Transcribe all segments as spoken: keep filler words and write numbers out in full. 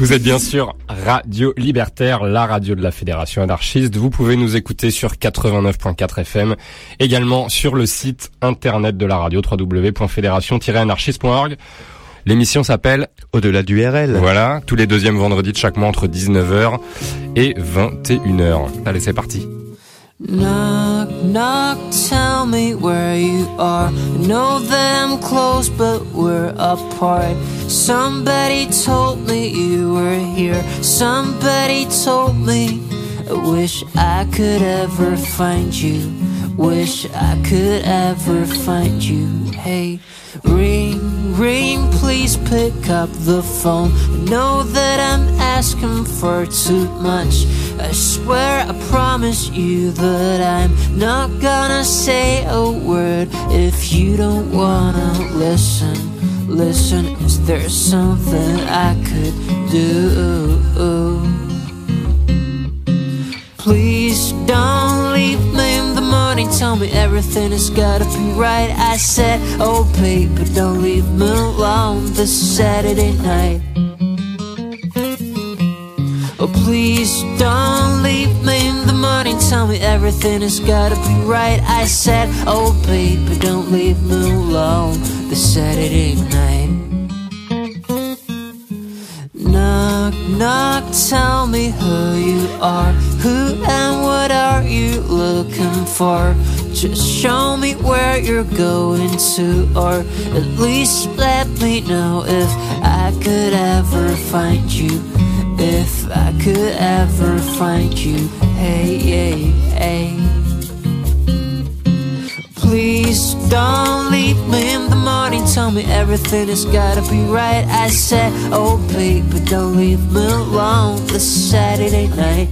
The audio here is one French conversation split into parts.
Vous êtes bien sûr Radio Libertaire, la radio de la Fédération anarchiste. Vous pouvez nous écouter sur quatre-vingt-neuf virgule quatre F M, également sur le site internet de la radio w w w point fédération tiret anarchiste point org. L'émission s'appelle Au-delà du R L. Voilà, tous les deuxièmes vendredis de chaque mois entre dix-neuf heures et vingt et une heures. Allez, c'est parti. Knock, knock, tell me where you are. I know that I'm close, but we're apart. Somebody told me you were here. Somebody told me. I wish I could ever find you. Wish I could ever find you. Hey, ring, ring, please pick up the phone. I know that I'm asking for too much. I swear I promise you that I'm not gonna say a word if you don't wanna listen. Listen, is there something I could do? Please don't leave me in the morning. Tell me everything has gotta be right. I said, oh baby, don't leave me alone this Saturday night. Oh please don't leave me in the morning. Tell me everything has gotta be right. I said, oh baby, don't leave me alone this Saturday night. Knock, knock, tell me who you are. Who and what are you looking for? Just show me where you're going to, or at least let me know if I could ever find you. If I could ever find you. Hey, hey, hey. Please don't leave me in the morning. Tell me everything has gotta be right. I said, oh baby, don't leave me alone this Saturday night.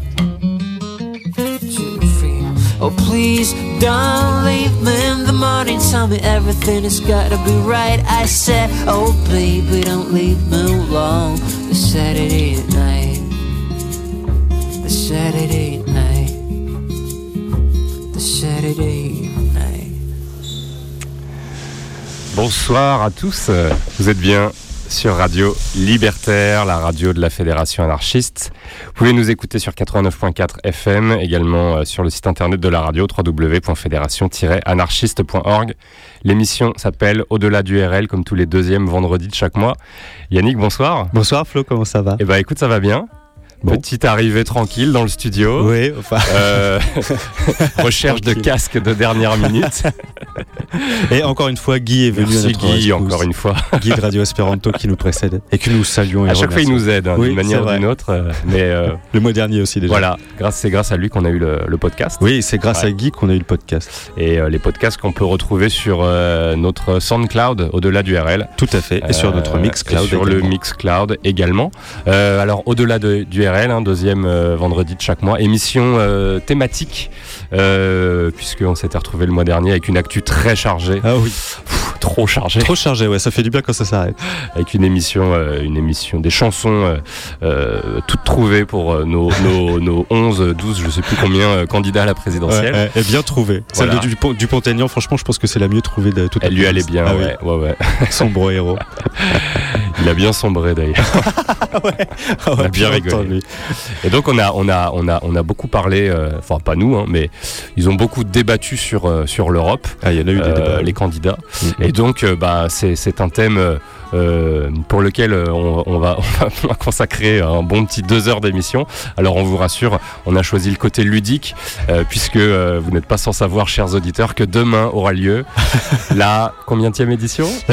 Two, three. Oh please don't leave me in the morning. Tell me everything has gotta be right. I said, oh baby, don't leave me alone this Saturday night. The Saturday night. The Saturday night. Bonsoir à tous, vous êtes bien sur Radio Libertaire, la radio de la Fédération anarchiste. Vous pouvez nous écouter sur quatre-vingt-neuf virgule quatre F M, également sur le site internet de la radio w w w point fédération tiret anarchiste point org. L'émission s'appelle Au-delà du R L, comme tous les deuxièmes vendredis de chaque mois. Yannick, bonsoir. Bonsoir Flo, comment ça va? Eh ben écoute, ça va bien. Bon. Petite arrivée tranquille dans le studio. Oui, enfin. Euh, recherche de casque de dernière minute. Et encore une fois, Guy est venu Merci à notre Guy, rescousse. encore une fois. Guy de Radio Espéranto qui nous précède et que nous saluons. Et à chaque fois, il nous aide, hein, oui, d'une manière ou d'une autre. Euh, mais euh, le mois dernier aussi déjà. Voilà, grâce, c'est grâce à lui qu'on a eu le, le podcast. Oui, c'est grâce ouais. à Guy qu'on a eu le podcast. Et euh, les podcasts qu'on peut retrouver sur euh, notre SoundCloud, Au-delà du R L. Tout à fait. Et euh, sur notre Mixcloud. Et sur également. Le Mixcloud également. Euh, alors, Au-delà de, du R L, hein, deuxième euh, vendredi de chaque mois, émission euh, thématique, euh, puisqu'on s'était retrouvé le mois dernier avec une actu très chargée. Ah oui. Pff, trop chargée. Trop chargée, ouais, ça fait du bien quand ça s'arrête. Avec une émission, euh, une émission, des chansons euh, euh, toutes trouvées pour euh, nos, nos, nos onze, douze, je sais plus combien, euh, candidats à la présidentielle. Ouais, et bien trouvée. Voilà. Celle de Dupont, Dupont-Aignan, franchement, je pense que c'est la mieux trouvée de toute la Elle lui allait bien, ah, ouais, oui. ouais, ouais. Sombre héros. Il a bien sombré d'ailleurs. ouais. Ah ouais, on a bien rigolé. Et donc on a, on a, on a, on a beaucoup parlé, enfin euh, pas nous, hein, mais ils ont beaucoup débattu sur euh, sur l'Europe. Ah, il y en a eu des euh, débats, les candidats. Mm-hmm. Et donc euh, bah c'est c'est un thème euh, pour lequel on, on va on va consacrer un bon petit deux heures d'émission. Alors on vous rassure, on a choisi le côté ludique euh, puisque euh, vous n'êtes pas sans savoir, chers auditeurs, que demain aura lieu la combienième édition? La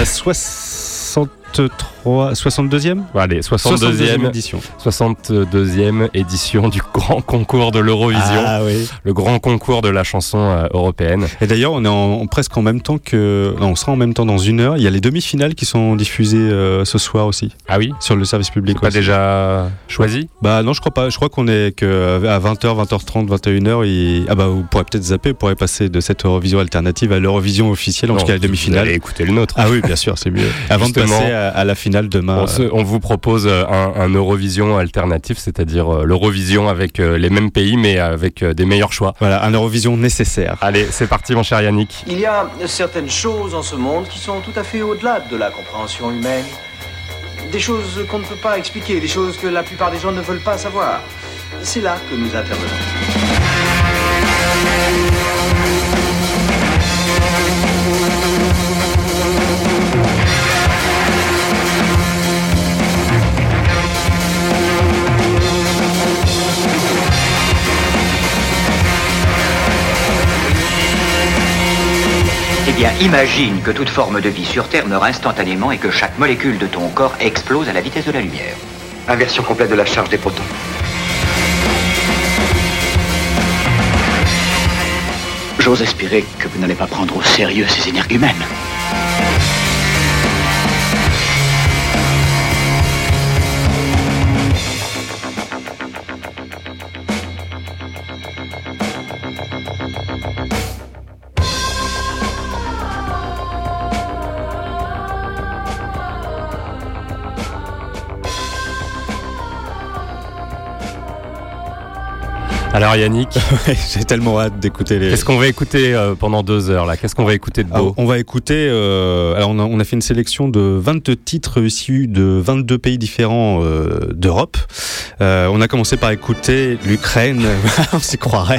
soixante-trois, soixante-deuxième Allez, soixante-deuxième édition. soixante-deuxième édition du grand concours de l'Eurovision. Ah oui. Le grand concours de la chanson euh, européenne. Et d'ailleurs, on est en, en, presque en même temps que... Non, on sera en même temps dans une heure. Il y a les demi-finales qui sont diffusées euh, ce soir aussi. Ah oui? Sur le service public. C'est pas déjà choisi? Bah non, je crois pas. Je crois qu'on est qu'à vingt heures, vingt heures trente, vingt et une heures. Et... Ah bah vous pourrez peut-être zapper, vous pourrez passer de cette Eurovision alternative à l'Eurovision officielle, en non, tout cas la demi-finale. Allez écouter le nôtre. Ah oui, bien sûr, c'est mieux. Avant Justement, de passer à, à la finale demain. On, se, on vous propose un, un Eurovision alternatif, c'est-à-dire euh, l'Eurovision avec euh, les mêmes pays mais avec euh, des meilleurs choix. Voilà, un Eurovision nécessaire. Allez, c'est parti mon cher Yannick. Il y a certaines choses en ce monde qui sont tout à fait au-delà de la compréhension humaine. des choses qu'on ne peut pas expliquer, des choses que la plupart des gens ne veulent pas savoir. C'est là que nous intervenons. Eh bien, imagine que toute forme de vie sur Terre meurt instantanément et que chaque molécule de ton corps explose à la vitesse de la lumière. Inversion complète de la charge des protons. J'ose espérer que vous n'allez pas prendre au sérieux ces énergumènes. Alors Yannick, j'ai tellement hâte d'écouter les... Qu'est-ce qu'on va écouter euh, pendant deux heures là ? Qu'est-ce qu'on va écouter de beau ? ah, On va écouter... Euh, alors on a, on a fait une sélection de vingt titres issus de vingt-deux pays différents euh, d'Europe. Euh, on a commencé par écouter l'Ukraine. On s'y croirait.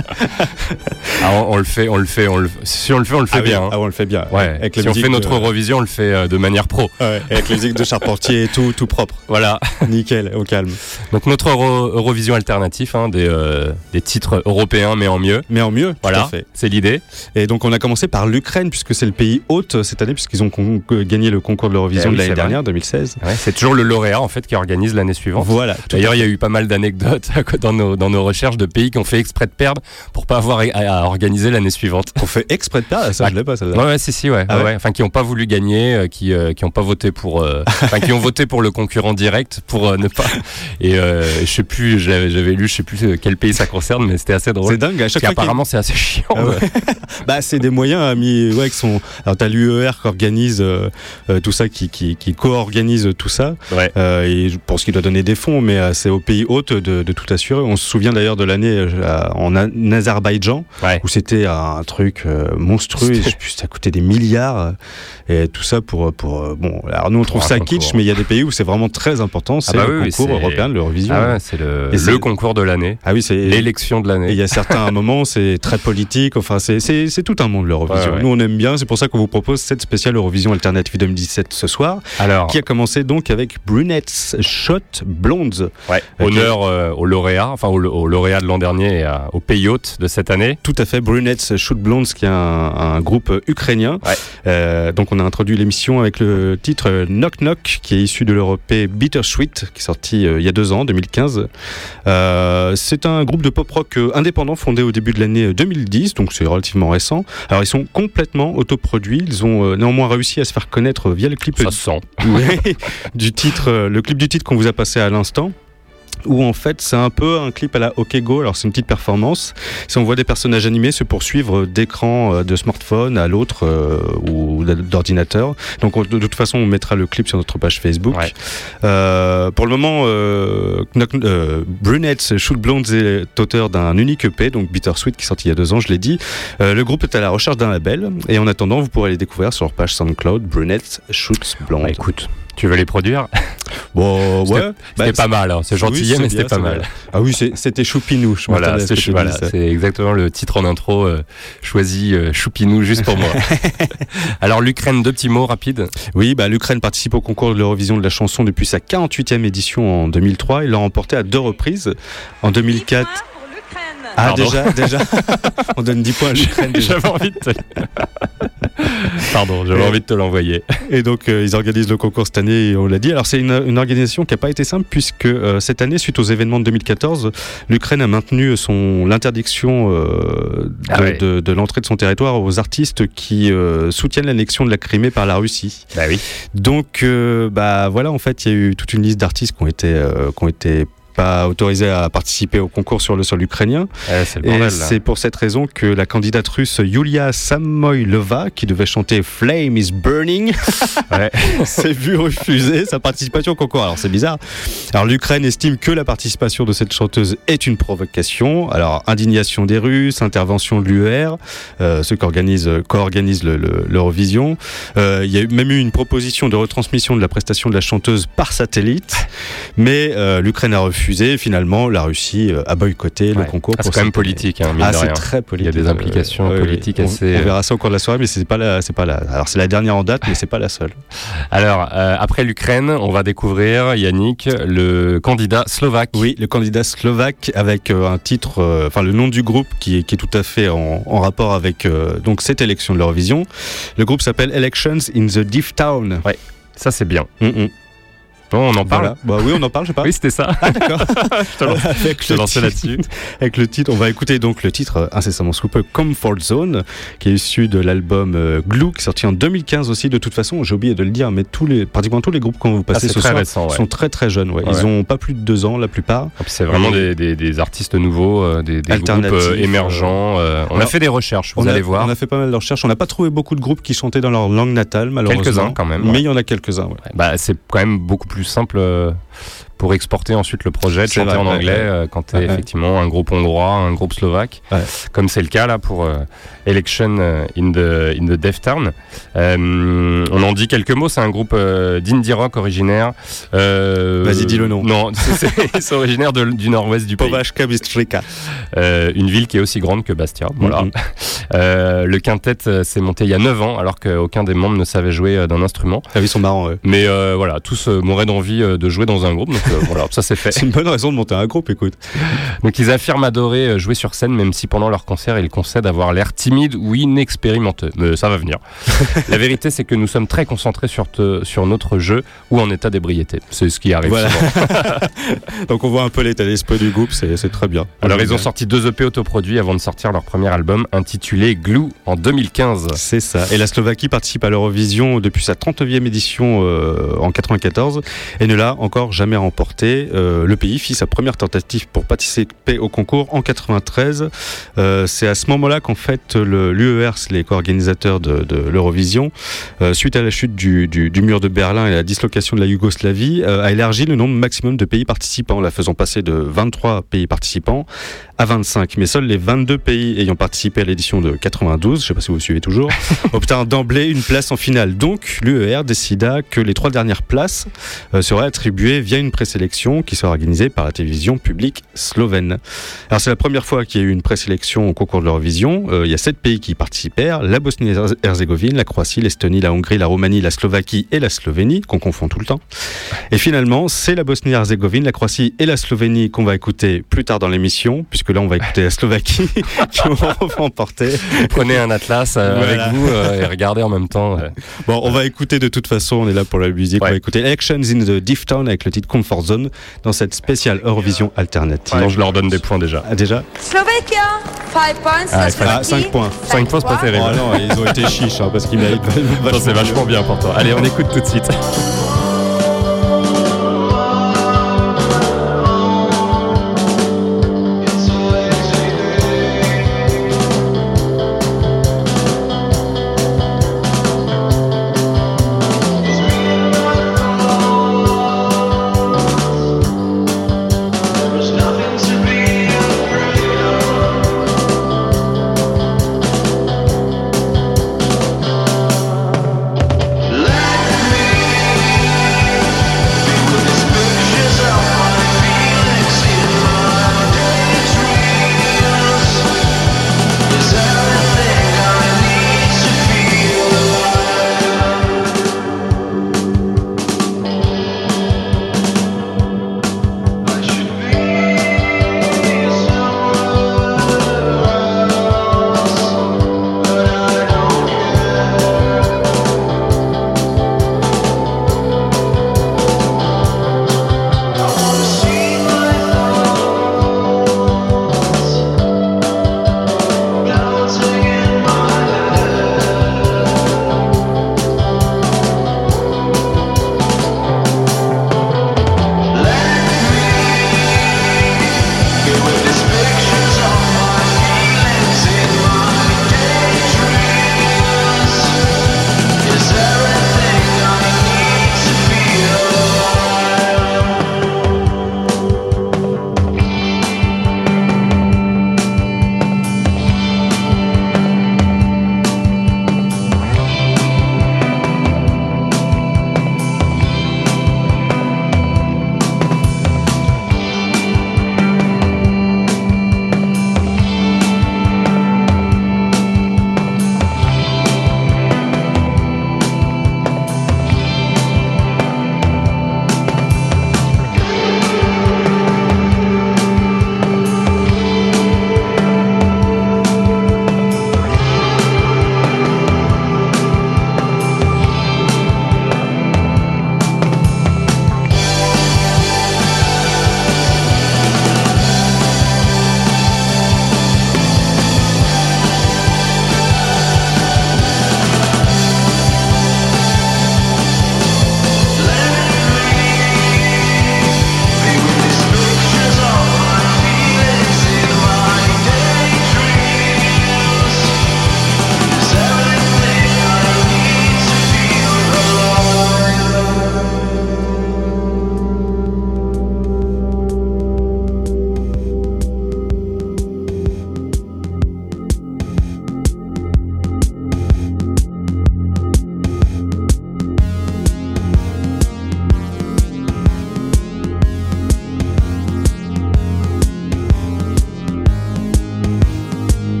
ah, on, on le fait, on le fait, on le... Si on le fait, on le fait ah, bien. Oui. Hein. Ah, on le fait bien. Ouais. Avec si on fait notre de... Eurovision, on le fait euh, de manière pro. Ouais. Avec la musique de Charpentier et tout, tout propre. Voilà. Nickel, au calme. Donc notre Euro- Eurovision alternatif, hein, des, euh, des titres européens mais en mieux. Mais en mieux, voilà, tout à fait. C'est l'idée. Et donc on a commencé par l'Ukraine puisque c'est le pays hôte cette année puisqu'ils ont con- gagné le concours de l'Eurovision eh oui, de l'année vrai. dernière, deux mille seize. Ouais, c'est toujours le lauréat en fait qui organise l'année suivante. Voilà. D'ailleurs, il y a eu pas mal d'anecdotes dans nos, dans nos recherches de pays qui ont fait exprès de perdre pour pas avoir à, à organiser l'année suivante. On fait exprès de perdre, ça ah, je l'ai pas celle-là. Ouais, ouais, si, si, ouais. Ah ouais, ouais ouais. Enfin, qui n'ont pas voulu gagner, euh, qui, euh, qui ont pas voté pour, euh, enfin, qui ont voté pour le concurrent direct pour euh, ne pas. Et euh, je sais plus, j'avais, j'avais lu, je sais plus quel pays ça concerne, mais c'était assez drôle. C'est dingue. À chaque fois apparemment, c'est assez chiant. Ah ouais. bah, c'est des moyens mis, ouais, qui sont. Alors, t'as l'U E R qui organise euh, euh, tout ça, qui, qui, qui co-organise tout ça. Ouais. Euh, et je pense qu'il doit donner des fonds, mais euh, c'est au pays hôte de, de tout assurer. On se souvient d'ailleurs de l'année euh, en Azerbaïdjan, ouais. où c'était un truc euh, monstrueux. Et je sais plus, ça coûtait des milliards. Et tout ça pour. pour euh, bon, alors nous, on trouve ça kitsch, mais il y a des pays où c'est vraiment très important. C'est ah bah le oui, concours européen de l'Eurovision. Ah ouais, c'est le, le c'est... concours de l'année. Ah oui, c'est l'élection de l'année. Et il y a certains moments, c'est très politique. Enfin, c'est, c'est, c'est tout un monde l'Eurovision. Ouais, ouais. Nous, on aime bien. C'est pour ça qu'on vous propose cette spéciale Eurovision Alternative deux mille dix-sept ce soir. Alors, qui a commencé donc avec Brunettes Shot Blondes. Ouais. Honneur euh, au lauréat, enfin au, au lauréat de l'an dernier et à, au pays hôte de cette année. Tout à fait. Brunettes Shot Blondes, qui est un, un groupe ukrainien. Ouais. Euh, donc, on a introduit l'émission avec le titre Knock Knock, qui est issu de leur E P Bittersweet, qui est sorti euh, il y a deux ans, deux mille quinze. Euh, c'est un groupe de pop rock indépendant fondé au début de l'année deux mille dix, donc c'est relativement récent. Alors ils sont complètement autoproduits, ils ont euh, néanmoins réussi à se faire connaître via le clip Ça se sent. du titre, euh, le clip du titre qu'on vous a passé à l'instant. Où en fait c'est un peu un clip à la OK Go, alors c'est une petite performance, si on voit des personnages animés se poursuivre d'écran de smartphone à l'autre euh, ou d'ordinateur, donc on, de toute façon on mettra le clip sur notre page Facebook. Ouais. Euh, pour le moment euh, euh, Brunettes Shoot Blondes est auteur d'un unique E P, donc Bittersweet, qui est sorti il y a deux ans, je l'ai dit. Euh, le groupe est à la recherche d'un label et en attendant vous pourrez les découvrir sur leur page SoundCloud, Brunettes Shoot Blondes. Bah, écoute, tu veux les produire? Bon, ouais. C'était, bah, c'était pas mal, hein. C'est gentil, oui, mais c'était bien, pas mal. Bien. Ah oui, c'est, c'était Choupinou. Je voilà, c'est, chou, voilà c'est exactement le titre en intro euh, choisi euh, Choupinou juste pour moi. Alors l'Ukraine, deux petits mots rapides. Oui, bah, l'Ukraine participe au concours de l'Eurovision de la chanson depuis sa quarante-huitième édition en deux mille trois. Il l'a remporté à deux reprises. En deux mille quatre. Ah, Pardon. déjà, déjà. On donne dix points à l'Ukraine. Déjà. J'avais envie de te... Pardon, j'avais et, envie de te l'envoyer. Et donc, euh, ils organisent le concours cette année, on l'a dit. Alors, c'est une, une organisation qui n'a pas été simple, puisque euh, cette année, suite aux événements de deux mille quatorze, l'Ukraine a maintenu son, l'interdiction euh, de, ah ouais. de, de l'entrée de son territoire aux artistes qui euh, soutiennent l'annexion de la Crimée par la Russie. Bah oui. Donc, euh, bah, voilà, en fait, il y a eu toute une liste d'artistes qui ont été, euh, qui ont été pas autorisée à participer au concours sur le sol ukrainien. Eh, c'est le bordel, et là. c'est pour cette raison que la candidate russe Yulia Samoylova, qui devait chanter Flame is Burning, Ouais. s'est vue refuser sa participation au concours. Alors c'est bizarre. Alors l'Ukraine estime que la participation de cette chanteuse est une provocation. Alors indignation des Russes, intervention de l'U E R, euh, ceux qui organisent, co-organisent le, le, l'Eurovision. Euh, il y a eu, même eu une proposition de retransmission de la prestation de la chanteuse par satellite, mais euh, l'Ukraine a refusé. Finalement, la Russie euh, a boycotté Ouais. le concours. Ah, c'est pour quand même cette politique, hein, mine Ah, de c'est rien. très Il politique. y a des implications Euh, politiques on, assez. on verra ça au cours de la soirée, mais c'est pas la, c'est pas la. Alors c'est la dernière en date, mais c'est pas la seule. Alors, euh, après l'Ukraine, on va découvrir, Yannick, le candidat slovaque. Oui, le candidat slovaque avec euh, un titre, euh, enfin le nom du groupe qui est, qui est tout à fait en, en rapport avec euh, donc cette élection de l'Eurovision. Le groupe s'appelle Elections in the Deaf Town. Ça, c'est bien. Mm-mm. Bon, on en parle. Voilà. Bah oui, on en parle, je sais pas. Oui, c'était ça. Ah d'accord. Je te lance, Avec je te le lançais titre- là-dessus. Avec le titre, on va écouter donc le titre euh, incessamment sous peu, Comfort Zone, qui est issu de l'album euh, Glue, qui est sorti en deux mille quinze aussi. De toute façon, j'ai oublié de le dire, mais tous les, pratiquement tous les groupes qu'on vous Ah, passez c'est ce très soir récent, ouais. sont très très jeunes. Ouais. Ouais. Ils ont pas plus de deux ans la plupart. Et puis c'est vraiment des, des, des artistes nouveaux, euh, des, des groupes Alternatifs, euh, émergents. euh, on a alors, fait des recherches, vous on a, allez voir. On a fait pas mal de recherches. On n'a pas trouvé beaucoup de groupes qui chantaient dans leur langue natale, malheureusement. Quelques-uns, quand même, ouais. Mais il y en a quelques-uns. Ouais. Bah, c'est quand même beaucoup plus simple euh, pour exporter ensuite le projet, de C'est chanter vrai, en ouais, anglais ouais. euh, quand tu es Ouais, ouais. effectivement un groupe hongrois, un groupe slovaque, Ouais. comme c'est le cas là pour euh, Election euh, in the, in the Deaf Town. Euh, on en dit quelques mots, c'est un groupe euh, d'indie rock originaire. Euh, Vas-y, dis le nom. Non, c'est, c'est, c'est originaire de- du nord-ouest du pays. Povashka Bystrica. Euh, une ville qui est aussi grande que Bastia. Voilà. Mhm. Euh, le quintet euh, s'est monté il y a neuf ans alors qu'aucun des membres ne savait jouer euh, d'un instrument. Ah oui, ils sont marrants. eux. Mais euh, voilà, tous euh, mouraient d'envie euh, de jouer dans un groupe, donc euh, voilà, ça c'est fait. C'est une bonne raison de monter un groupe, écoute. Donc ils affirment adorer euh, jouer sur scène, même si pendant leur concert ils concèdent avoir l'air timide ou inexpérimenté. Mais ça va venir. La vérité, c'est que nous sommes très concentrés sur, te- sur notre jeu ou en état d'ébriété. C'est ce qui arrive Voilà. souvent. Donc on voit un peu l'état d'esprit du groupe, c'est, c'est très bien. Alors ils ont sorti deux E P autoproduits avant de sortir leur premier album intitulé Glue en deux mille quinze. C'est ça. Et la Slovaquie participe à l'Eurovision depuis sa trente-neuvième édition euh, en quatre-vingt-quatorze et ne l'a encore jamais remporté. Euh, le pays fit sa première tentative pour participer au concours en quatre-vingt-treize. Euh, c'est à ce moment-là qu'en fait le, l'U E R, les co-organisateurs de, de l'Eurovision, euh, suite à la chute du, du, du mur de Berlin et la dislocation de la Yougoslavie, euh, a élargi le nombre maximum de pays participants, la faisant passer de vingt-trois pays participants à vingt-cinq. Mais seuls les vingt-deux pays ayant participé à l'édition de quatre-vingt-douze, je ne sais pas si vous suivez toujours, obtinrent d'emblée une place en finale. Donc l'U E R décida que les trois dernières places euh, seraient attribuées via une présélection qui sera organisée par la télévision publique slovène. Alors c'est la première fois qu'il y a eu une présélection au concours de l'Eurovision. Euh, il y a sept pays qui y participèrent: la Bosnie-Herzégovine, la Croatie, l'Estonie, la Hongrie, la Roumanie, la Slovaquie et la Slovénie, qu'on confond tout le temps. Et finalement, c'est la Bosnie-Herzégovine, la Croatie et la Slovénie qu'on va écouter plus tard dans l'émission, puisque là on va écouter la Slovaquie qui vont remporter. Prenez un atlas euh, Voilà. avec vous euh, et regardez en même temps. euh. Bon, on va écouter de toute façon, on est là pour la musique, Ouais. on va écouter Elections in the Deaf Town avec le titre Comfort Zone dans cette spéciale Eurovision alternative. Sinon, je leur donne des points déjà. Ah, déjà Slovakia, five points. Ah, la il fallait- Ah, Slovaquie, cinq points. cinq points, c'est pas terrible. Oh non, ils ont été chiches hein, parce qu'ils méritent vachement. Ça, c'est vachement bien pour toi. Allez, on écoute tout de suite. Let me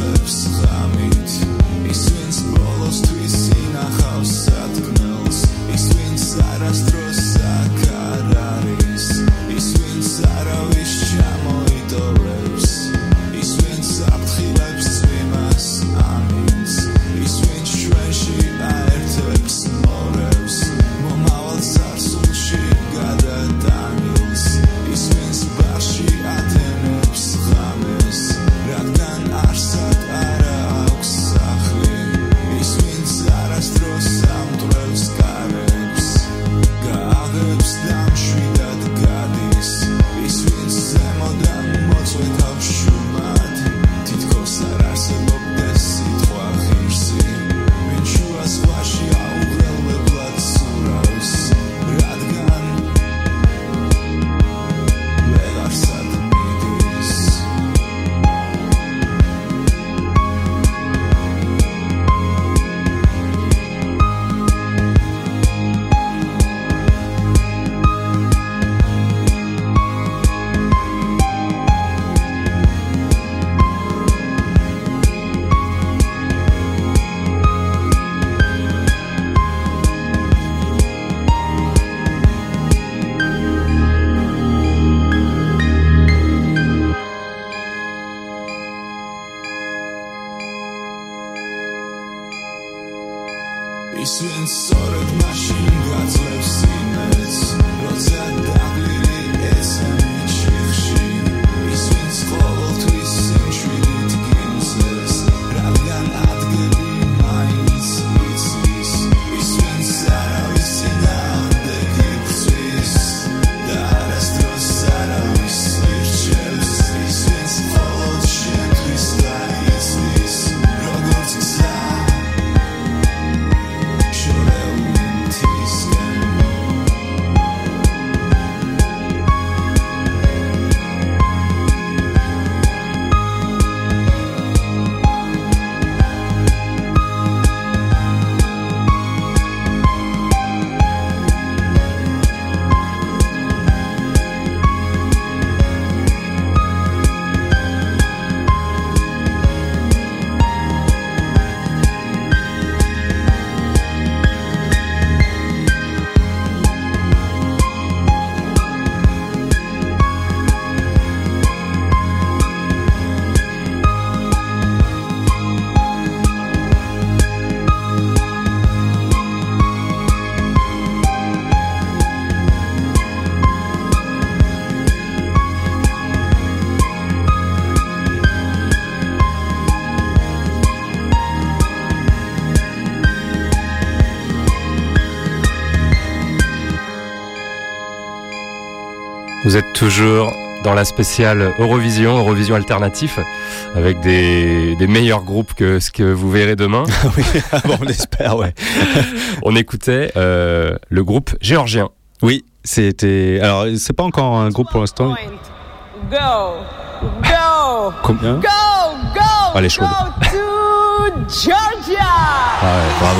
Vous êtes toujours dans la spéciale Eurovision, Eurovision alternatif, avec des, des meilleurs groupes que ce que vous verrez demain. Oui, bon, on l'espère, ouais. On écoutait euh, le groupe géorgien. Oui, c'était... Alors, c'est pas encore un groupe pour l'instant. Go, go, combien? Go, go, ah, elle est chaude. Go to Georgia. Ah ouais, bravo.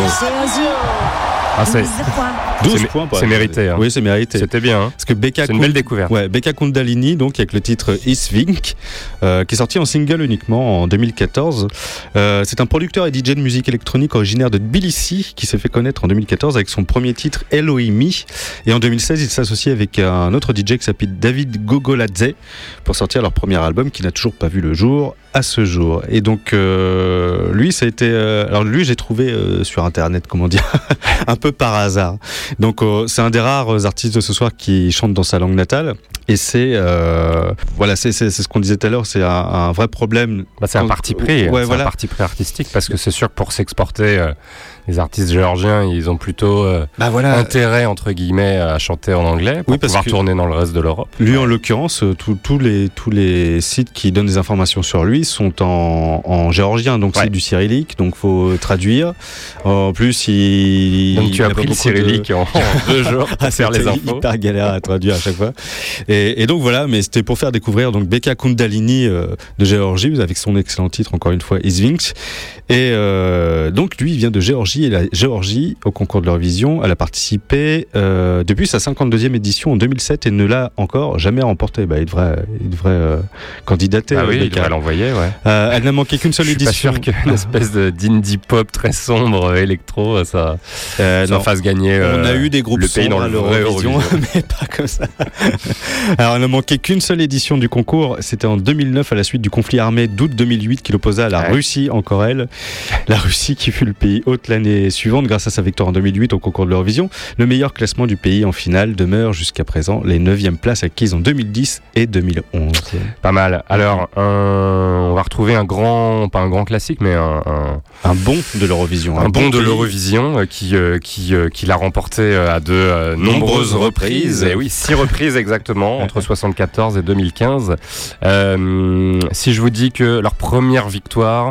Ah, c'est douze c'est, points. C'est mérité. Hein. Oui, c'est mérité. C'était bien. Hein. Parce que Becca c'est une Kund... belle découverte. Ouais, Becca Kundalini, donc avec le titre Isvink, euh, qui est sorti en single uniquement en deux mille quatorze. Euh, c'est un producteur et D J de musique électronique originaire de Tbilissi qui s'est fait connaître en deux mille quatorze avec son premier titre Elohimi. Et en deux mille seize, il s'associe avec un autre D J qui s'appelle David Gogoladze pour sortir leur premier album qui n'a toujours pas vu le jour à ce jour. Et donc euh, lui, ça a été. Euh, alors lui, j'ai trouvé euh, sur internet, comment dire, un peu par hasard. Donc euh, c'est un des rares artistes de ce soir qui chante dans sa langue natale. Et c'est euh, voilà, c'est, c'est, c'est ce qu'on disait tout à l'heure, c'est un, un vrai problème. Bah, c'est un parti pris, ouais, c'est voilà. un parti pris artistique parce que c'est sûr que pour s'exporter, euh, les artistes géorgiens, ils ont plutôt euh, bah, voilà. intérêt entre guillemets à chanter en anglais pour oui, parce pouvoir que tourner dans le reste de l'Europe. Lui, en l'occurrence, tous les tous les sites qui donnent des informations sur lui sont en, en géorgien, donc ouais. c'est du cyrillique, donc faut traduire. En plus, il donc tu il as pris le cyrillique de... en, en deux jours pour faire les infos. Hyper galère à traduire à chaque fois. Et, et donc voilà, mais c'était pour faire découvrir donc Becca Kundalini euh, de Géorgie avec son excellent titre encore une fois Isvink. Et euh, donc lui, il vient de Géorgie. Géorgie. Et la Géorgie, au concours de l'Eurovision, elle a participé euh, depuis sa cinquante-deuxième édition en deux mille sept et ne l'a encore jamais remporté. Bah, il devrait, il devrait euh, candidater. Ah oui, euh, il devrait l'envoyer, ouais. Euh, elle n'a manqué qu'une seule édition. Je suis pas sûr qu'une espèce de, d'indie pop très sombre, euh, électro, ça, euh, ça non. fasse gagner euh, on a eu des groupes le pays dans le vrai Eurovision, mais pas comme ça. Alors, elle n'a manqué qu'une seule édition du concours. C'était en deux mille neuf, à la suite du conflit armé d'août deux mille huit, qui l'opposa à la ouais. Russie, encore elle. La Russie qui fut le pays hôte l'année suivante, grâce à sa victoire en deux mille huit au concours de l'Eurovision. Le meilleur classement du pays en finale demeure jusqu'à présent les neuvième places acquises en deux mille dix et deux mille onze. Pas mal. Alors, un... on va retrouver un grand, pas un grand classique, mais un, un... un bon de l'Eurovision. Un, un bon, bon de pays. l'Eurovision euh, qui, euh, qui, euh, qui l'a remporté euh, à de euh, nombreuses, nombreuses reprises. reprises. Et oui, six reprises exactement, entre soixante-quatorze et deux mille quinze. Euh, si je vous dis que leur première victoire,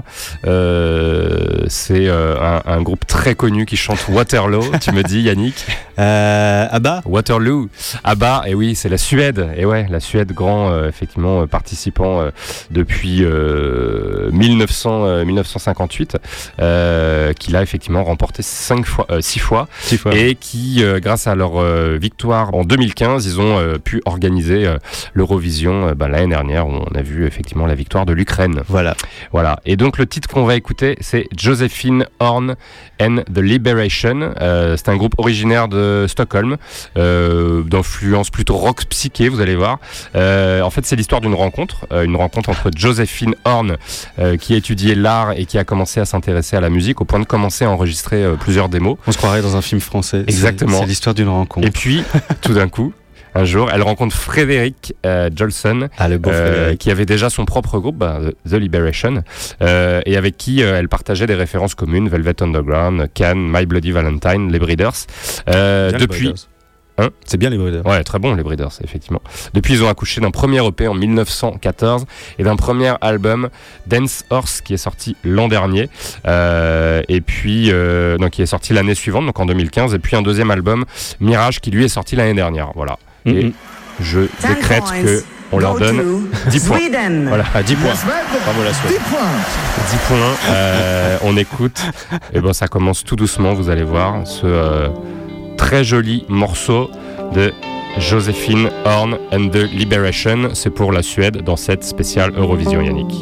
euh, c'est euh, un, un groupe très connu qui chante Waterloo, tu me dis Yannick euh, ABBA Waterloo. ABBA, et oui, c'est la Suède. Et ouais, la Suède, grand, euh, effectivement, euh, participant euh, depuis euh, mille neuf cents, euh, mille neuf cent cinquante-huit, euh, qui l'a effectivement remporté cinq fois, euh, six fois, six fois, et qui, euh, grâce à leur euh, victoire en deux mille quinze, ils ont euh, pu organiser euh, l'Eurovision euh, bah, l'année dernière, où on a vu effectivement la victoire de l'Ukraine. Voilà. Voilà. Et donc le titre qu'on va écouter, c'est Josephine Horn and the Liberation. Euh, c'est un groupe originaire de Stockholm, euh, d'influence plutôt rock psyché, vous allez voir. Euh, en fait, c'est l'histoire d'une rencontre, euh, une rencontre entre Josephine Horn, euh, qui a étudié l'art et qui a commencé à s'intéresser à la musique, au point de commencer à enregistrer euh, plusieurs démos. On se croirait dans un film français. Exactement. C'est, c'est l'histoire d'une rencontre. Et puis, tout d'un coup, un jour, elle rencontre Frédéric euh, Jolson, ah, le beau euh, qui avait déjà son propre groupe, bah, The Liberation, euh, et avec qui euh, elle partageait des références communes, Velvet Underground, Can, My Bloody Valentine, les Breeders. Euh, depuis... Breeders. Hein c'est bien les Breeders. Ouais, très bon les Breeders, effectivement. Depuis, ils ont accouché d'un premier E P en mille neuf cent quatorze et d'un premier album, Dance Horse, qui est sorti l'an dernier, euh, et puis euh, donc qui est sorti l'année suivante, donc en deux mille quinze, et puis un deuxième album, Mirage, qui lui est sorti l'année dernière. Voilà. Mm-hmm. Et je décrète que on leur donne dix points. Voilà, à dix points. Bravo la Suède. dix points. Euh, on écoute. Et ben ça commence tout doucement, vous allez voir ce euh, très joli morceau de Josephine Horn and the Liberation. C'est pour la Suède dans cette spéciale Eurovision, Yannick.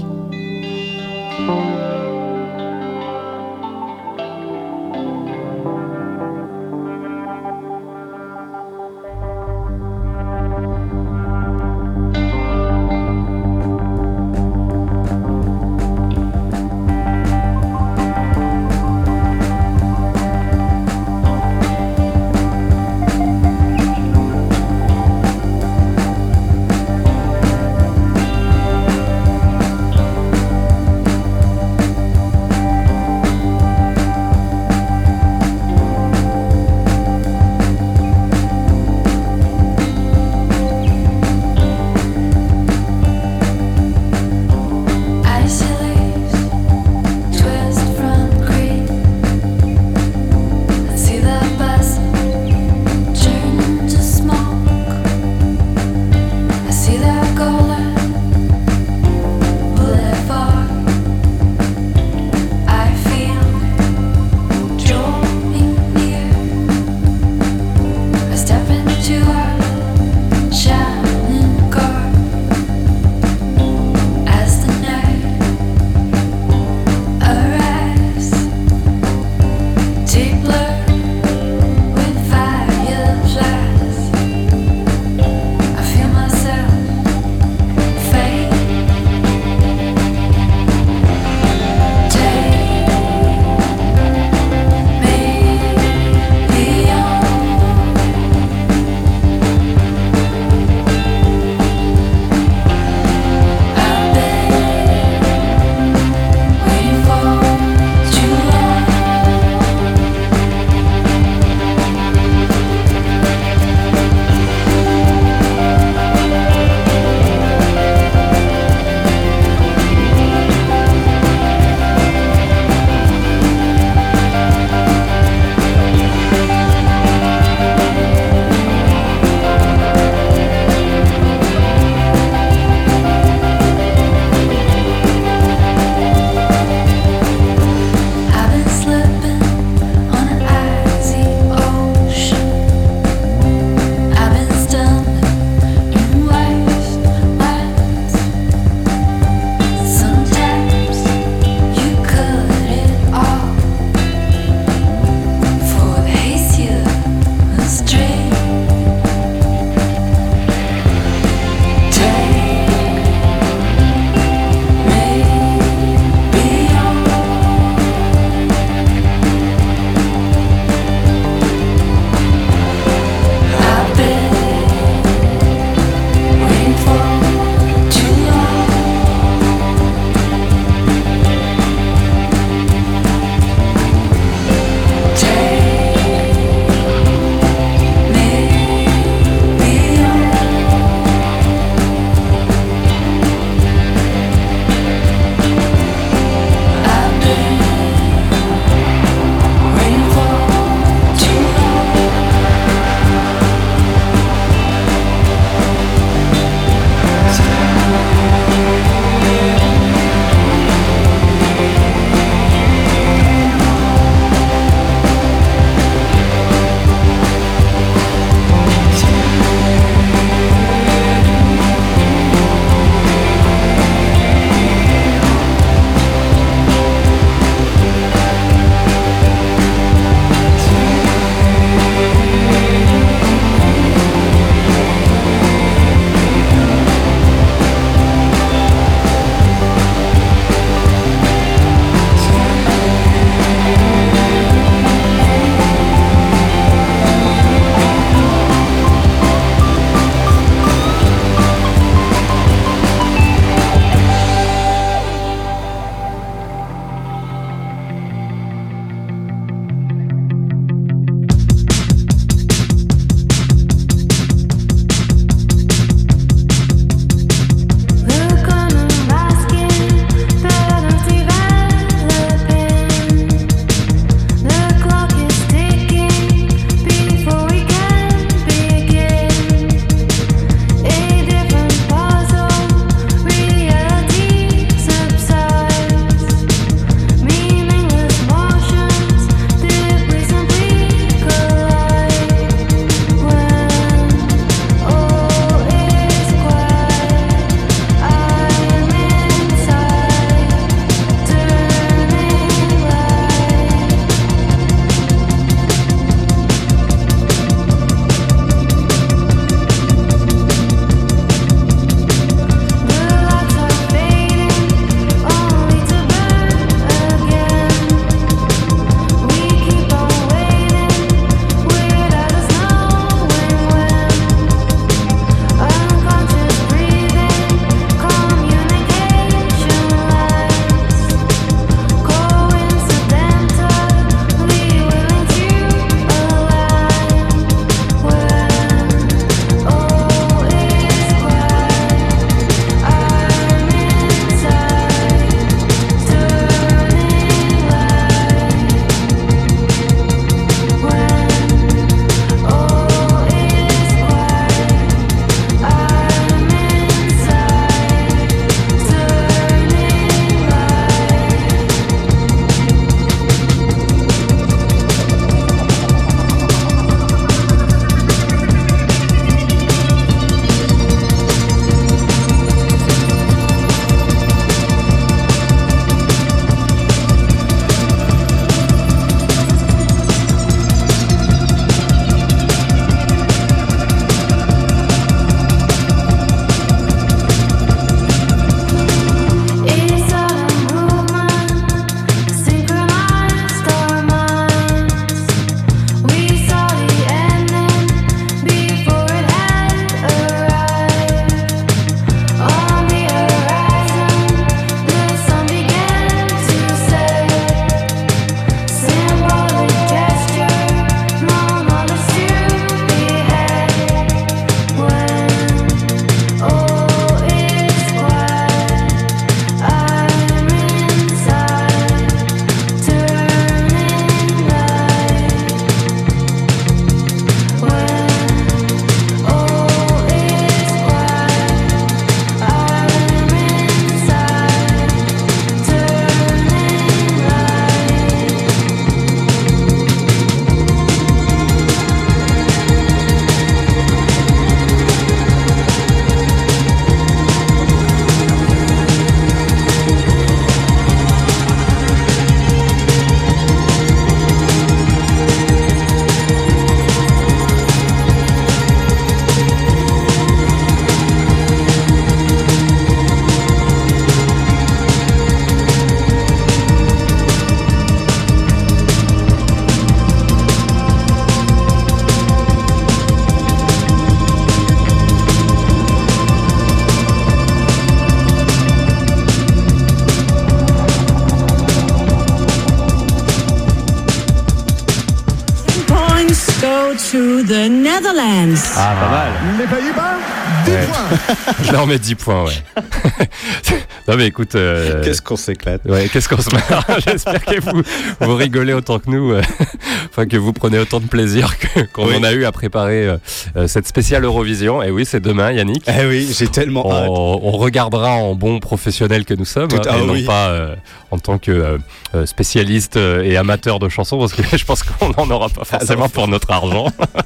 to the Netherlands. Ah, pas mal. Les Pays-Bas, dix Ouais. points. Là, on met dix points, ouais. Non, mais écoute. euh, Qu'est-ce qu'on s'éclate. Ouais, qu'est-ce qu'on se marre. J'espère que vous, vous rigolez autant que nous. euh, Enfin, que vous prenez autant de plaisir que, qu'on Oui. en a eu à préparer euh, euh, cette spéciale Eurovision. Et oui, c'est demain, Yannick. Eh oui, j'ai tellement hâte. On, on regardera en bon professionnel que nous sommes, Tout- hein, ah et non oui. pas euh, en tant que euh, euh, spécialiste euh, et amateur de chansons, parce que je pense qu'on n'en aura pas forcément pour notre argent.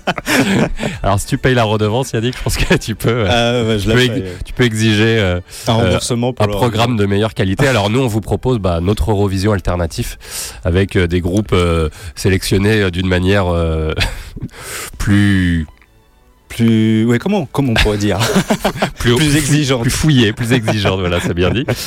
Alors si tu payes la redevance, Yannick, je pense que tu peux, euh, Ah, ouais, je tu, la peux ferai. ex- tu peux exiger euh, Un remboursement pour un le- programme de meilleure qualité. Alors nous, on vous propose bah, notre Eurovision alternatif avec euh, des groupes euh, sélectionnés euh, d'une manière euh, plus... Plus. Ouais, comment, comment on pourrait dire plus, Plus exigeante. plus fouillé, plus exigeante, voilà, c'est bien dit.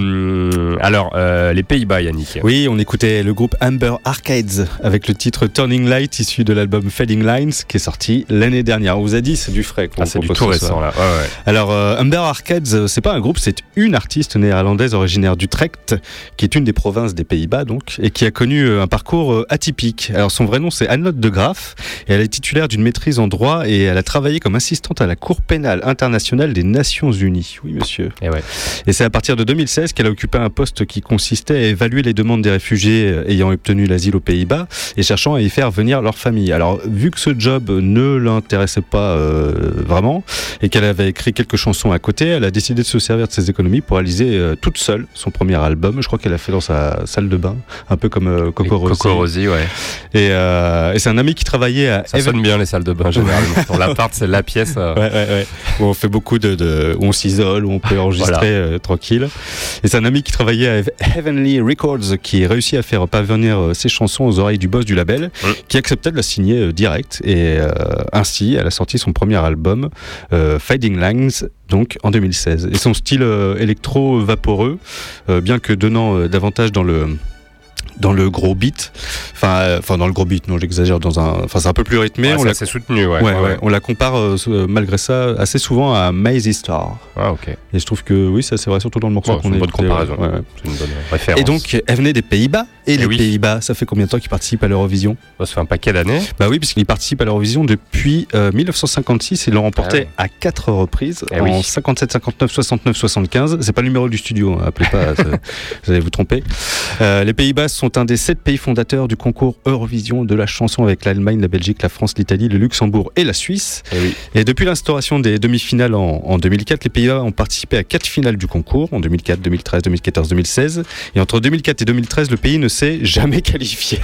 Euh, alors, euh, les Pays-Bas, Yannick. Oui, on écoutait le groupe Amber Arcades avec le titre Turning Light issu de l'album Fading Lines qui est sorti l'année dernière. On vous a dit, c'est du frais. qu'on Ah, c'est du propose tout ce soir. récent, là. Ouais, ouais. Alors, euh, Amber Arcades, euh, c'est pas un groupe, c'est une artiste néerlandaise originaire d'Utrecht, qui est une des provinces des Pays-Bas, donc, et qui a connu euh, un parcours euh, atypique. Alors, son vrai nom, c'est Anne-Lotte de Graaf, et elle est titulaire d'une maîtrise en droit, et elle a travaillé comme assistante à la Cour pénale internationale des Nations Unies. Oui, monsieur. Et ouais. Et c'est à partir de deux mille seize qu'elle a occupé un poste qui consistait à évaluer les demandes des réfugiés euh, ayant obtenu l'asile aux Pays-Bas et cherchant à y faire venir leur famille. Alors, vu que ce job ne l'intéressait pas euh, vraiment et qu'elle avait écrit quelques chansons à côté, elle a décidé de se servir de ses économies pour réaliser euh, toute seule son premier album. Je crois qu'elle a fait dans sa salle de bain, un peu comme euh, Coco Et Rossi. Coco Rossi, ouais. Et, euh, et c'est un ami qui travaillait à... Ça Even- sonne bien, les salles de bain, généralement. Dans l'appart, c'est la pièce. euh, Ouais, ouais, ouais. Où on fait beaucoup de, de où on s'isole, où on peut enregistrer Voilà. euh, tranquille. Et c'est un ami qui travaillait à Heavenly Records qui a réussi à faire parvenir euh, ses chansons aux oreilles du boss du label, Mm. qui acceptait de la signer euh, direct. Et euh, ainsi, elle a sorti son premier album, euh, Fading Lines, donc en deux mille seize. Et son style euh, électro vaporeux, euh, bien que donnant euh, davantage dans le dans le gros beat, enfin, euh, enfin dans le gros beat, non, j'exagère, dans un, enfin c'est un peu plus rythmé. ouais, on c'est la assez soutenu, ouais. Ouais, ouais, on la compare euh, euh, malgré ça assez souvent à Maisie Star. Ah, ok. Et je trouve que oui, ça c'est vrai, surtout dans le morceau Bon, qu'on c'est une a bonne écouté, comparaison. ouais, ouais. C'est une bonne référence. Et donc, elle venait des Pays-Bas. Et, Et les oui. Pays-Bas, ça fait combien de temps qu'ils participent à l'Eurovision? Ça fait un paquet d'années. Bah oui, puisqu'ils participent à l'Eurovision depuis euh, mille neuf cent cinquante-six. Ils l'ont remporté Ah ouais. à quatre reprises, Eh en oui. cinquante-sept, cinquante-neuf, soixante-neuf, soixante-quinze. C'est pas le numéro du studio, hein, appelez pas, ça- vous allez vous tromper. Euh, les Pays-Bas sont un des sept pays fondateurs du concours Eurovision de la chanson avec l'Allemagne, la Belgique, la France, l'Italie, le Luxembourg et la Suisse. Et oui. Et depuis l'instauration des demi-finales en, en deux mille quatre, les Pays-Bas ont participé à quatre finales du concours, en deux mille quatre, deux mille treize, deux mille quatorze, deux mille seize. Et entre deux mille quatre et deux mille treize, le pays ne s'est jamais qualifié.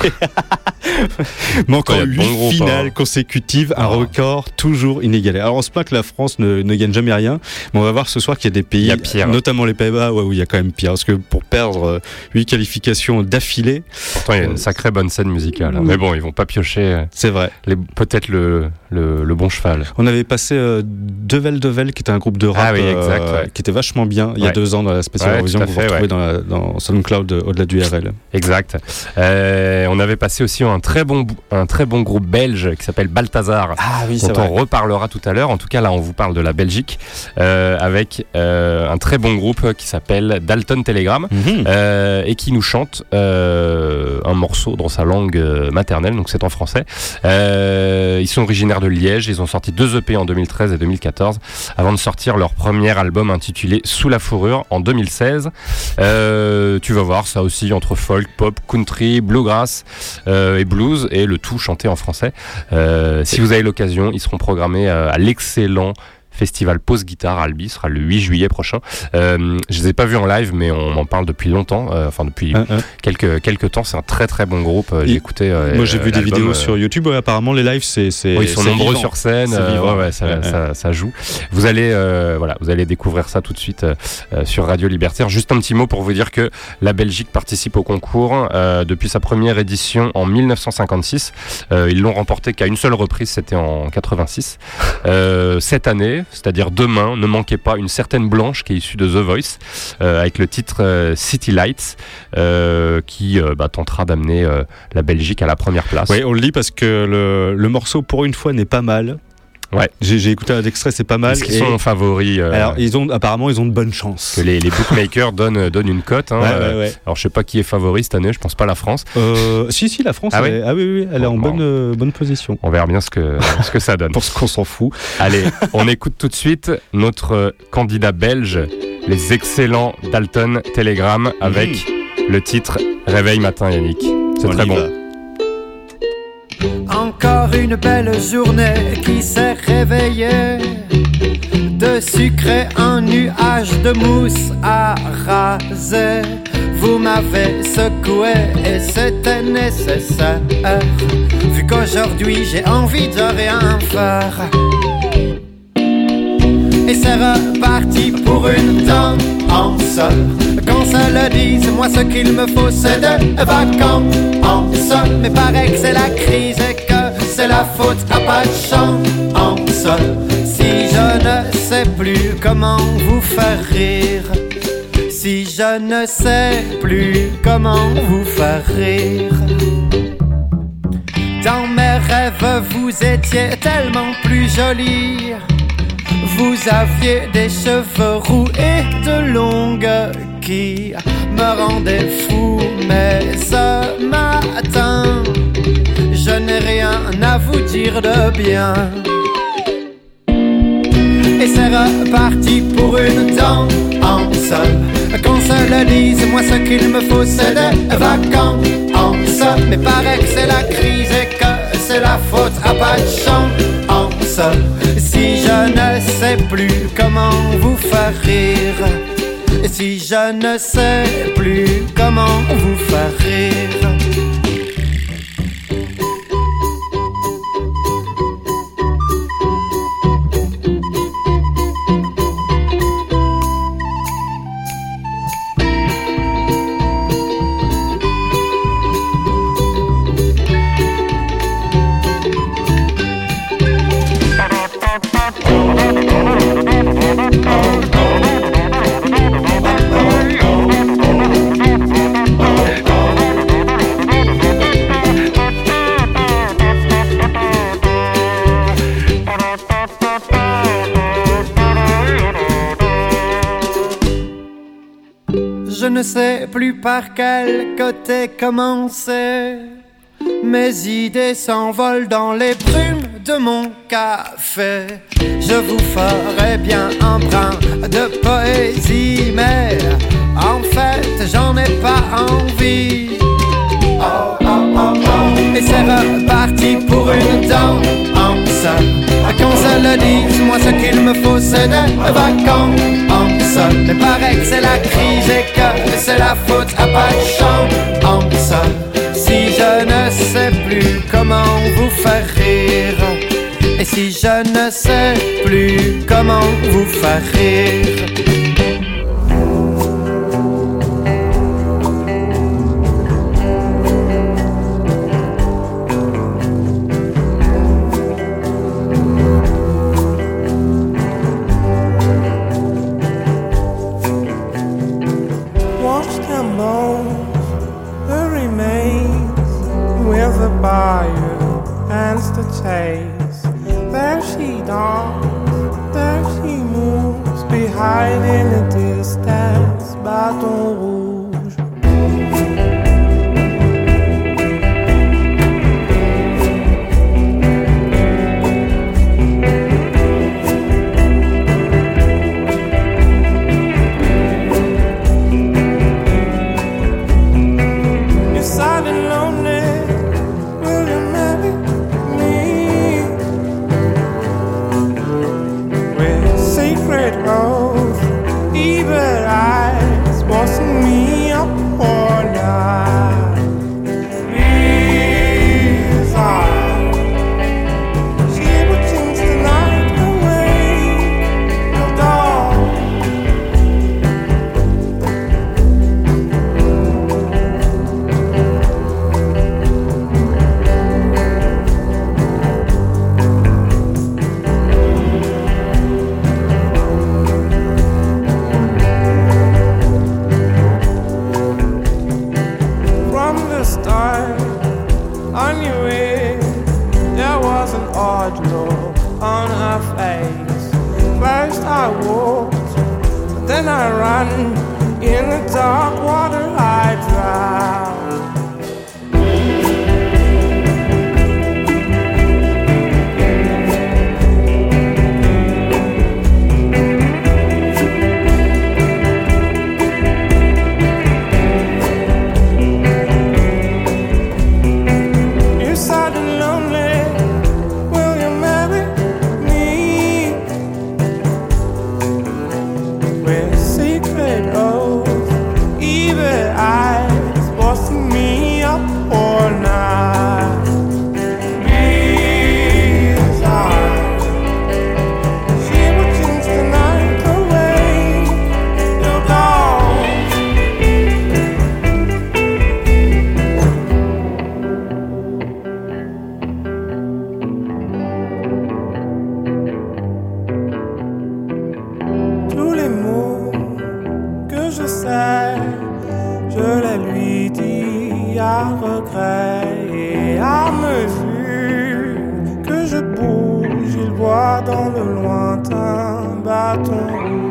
Manquant Il y a de huit bons groupes, finales hein. consécutives, un Ah. record toujours inégalé. Alors on se plaint que la France ne, ne gagne jamais rien, mais on va voir ce soir qu'il y a des pays, Il y a pire. notamment les Pays-Bas, ouais, où il y a quand même pire. Parce que pour perdre huit qualifications d'affilée, Pourtant, il y a une sacrée bonne scène musicale. hein. Oui. Mais bon, ils vont pas piocher euh, c'est vrai. les, peut-être le, le, le bon cheval. On avait passé euh, Devel Devel, qui était un groupe de rap Ah oui, exact, euh, ouais. qui était vachement bien il y a Ouais. deux ans dans la spéciale Ouais, Eurovision tout à que vous fait, retrouvez ouais. dans, la, dans SoundCloud euh, au-delà du R L. Exact. Euh, on avait passé aussi un très bon, bou- un très bon groupe belge qui s'appelle Balthazar. Ah oui, dont on reparlera tout à l'heure. En tout cas, là, on vous parle de la Belgique euh, avec euh, un très bon groupe qui s'appelle Dalton Telegram Mhm. euh, et qui nous chante euh, un morceau dans sa langue euh, maternelle, donc c'est en français. Euh, ils sont originaires de Liège. Ils ont sorti deux E P en deux mille treize et deux mille quatorze avant de sortir leur premier album intitulé Sous la fourrure en deux mille seize. Euh, tu vas voir, ça aussi entre folk, pop, country, bluegrass euh, et blues, et le tout chanté en français. Euh, si vous avez l'occasion, ils seront programmés euh, à l'excellent Festival Pause Guitare à Albi, ce sera le huit juillet prochain. Euh, je les ai pas vus en live, mais on m'en parle depuis longtemps, euh, enfin depuis Hein, hein. quelques, quelques temps. C'est un très très bon groupe. Euh, Et J'ai écouté. euh, Moi j'ai vu des l'album, vidéos euh, sur YouTube. Ouais, apparemment les lives c'est c'est. oui, ils sont c'est nombreux vivant. sur scène, C'est euh, vivant. ouais, ouais, ça, Ouais, ça, ça joue. Vous allez, euh, voilà, vous allez découvrir ça tout de suite euh, euh, sur Radio Libertaire. Juste un petit mot pour vous dire que la Belgique participe au concours euh, depuis sa première édition en mille neuf cent cinquante-six. Euh, ils l'ont remporté qu'à une seule reprise, c'était en quatre-vingt-six. Euh, cette année, c'est-à-dire demain, ne manquez pas une certaine Blanche qui est issue de The Voice euh, avec le titre euh, City Lights euh, qui euh, bah, tentera d'amener euh, la Belgique à la première place. Oui, on le lit parce que le, le morceau pour une fois n'est pas mal. Ouais. J'ai, j'ai écouté un extrait, c'est pas mal. Est-ce qu'ils sont favoris euh... Alors, ils ont, apparemment, ils ont de bonnes chances. Que les, les bookmakers donnent, donnent une cote. Hein, ouais, euh, ouais, ouais. Alors, je sais pas qui est favori cette année, je pense pas la France. Euh, si, si, la France, ah, elle, oui ah oui, oui, elle bon, est en bon. bonne, euh, bonne position. On verra bien ce que, ce que ça donne. Parce qu'on s'en fout. Allez, on écoute tout de suite notre candidat belge, les excellents Dalton Telegram, avec mmh. le titre Réveil matin Yannick. C'est on très bon. Va. Encore une belle journée qui s'est réveillée. De sucre un nuage de mousse à raser. Vous m'avez secoué et c'était nécessaire. Vu qu'aujourd'hui j'ai envie de rien faire. Et c'est reparti pour une danse. Qu'on se le dise, moi ce qu'il me faut c'est de vacances. Mais paraît que c'est la crise et que c'est la faute à pas de chance. Si je ne sais plus comment vous faire rire. Si je ne sais plus comment vous faire rire. Dans mes rêves vous étiez tellement plus jolie. Vous aviez des cheveux roux et de longues qui me rendaient fou. Mais ce matin, je n'ai rien à vous dire de bien. Et c'est reparti pour une danse. Qu'on se le dise, moi ce qu'il me faut c'est des vacances. Mais paraît que c'est la crise et que c'est la faute à pas de chance. Si je ne sais plus comment vous faire rire. Si je ne sais plus comment vous faire rire. Je ne sais plus par quel côté commencer. Mes idées s'envolent dans les brumes de mon café. Je vous ferai bien un brin de poésie, mais en fait j'en ai pas envie. Oh, oh, oh, oh. Et c'est reparti pour une danse. Qu'on se le dise, moi ce qu'il me faut c'est des vacances. Mais paraît que c'est la crise et que c'est la faute à pas de chance. Si je ne sais plus comment vous faire rire. Et si je ne sais plus comment vous faire rire. There she dawns, there she moves, behind in the distance, Baton Rouge. You sounded lonely, will you marry me? With secret oath, evil eyes watching me. pourrais lui dire à regret et à mesure que je bouge, il voit dans le lointain bâton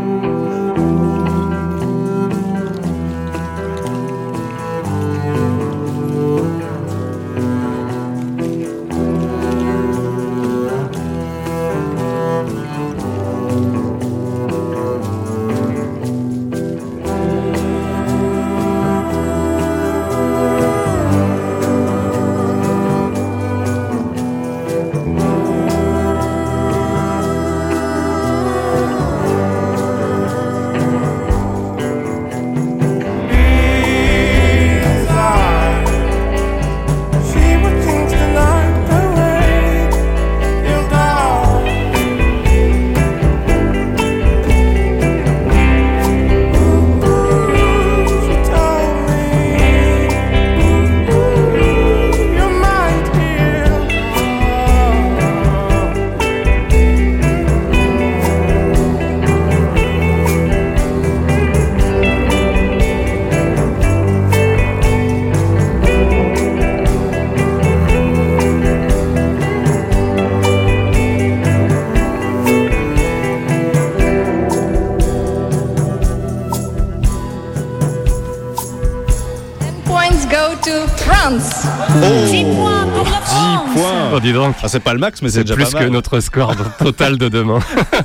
dix points pour la France. dix points. Oh, dis donc. Ah, c'est pas le max, mais c'est, c'est déjà plus pas mal. que notre score total de demain.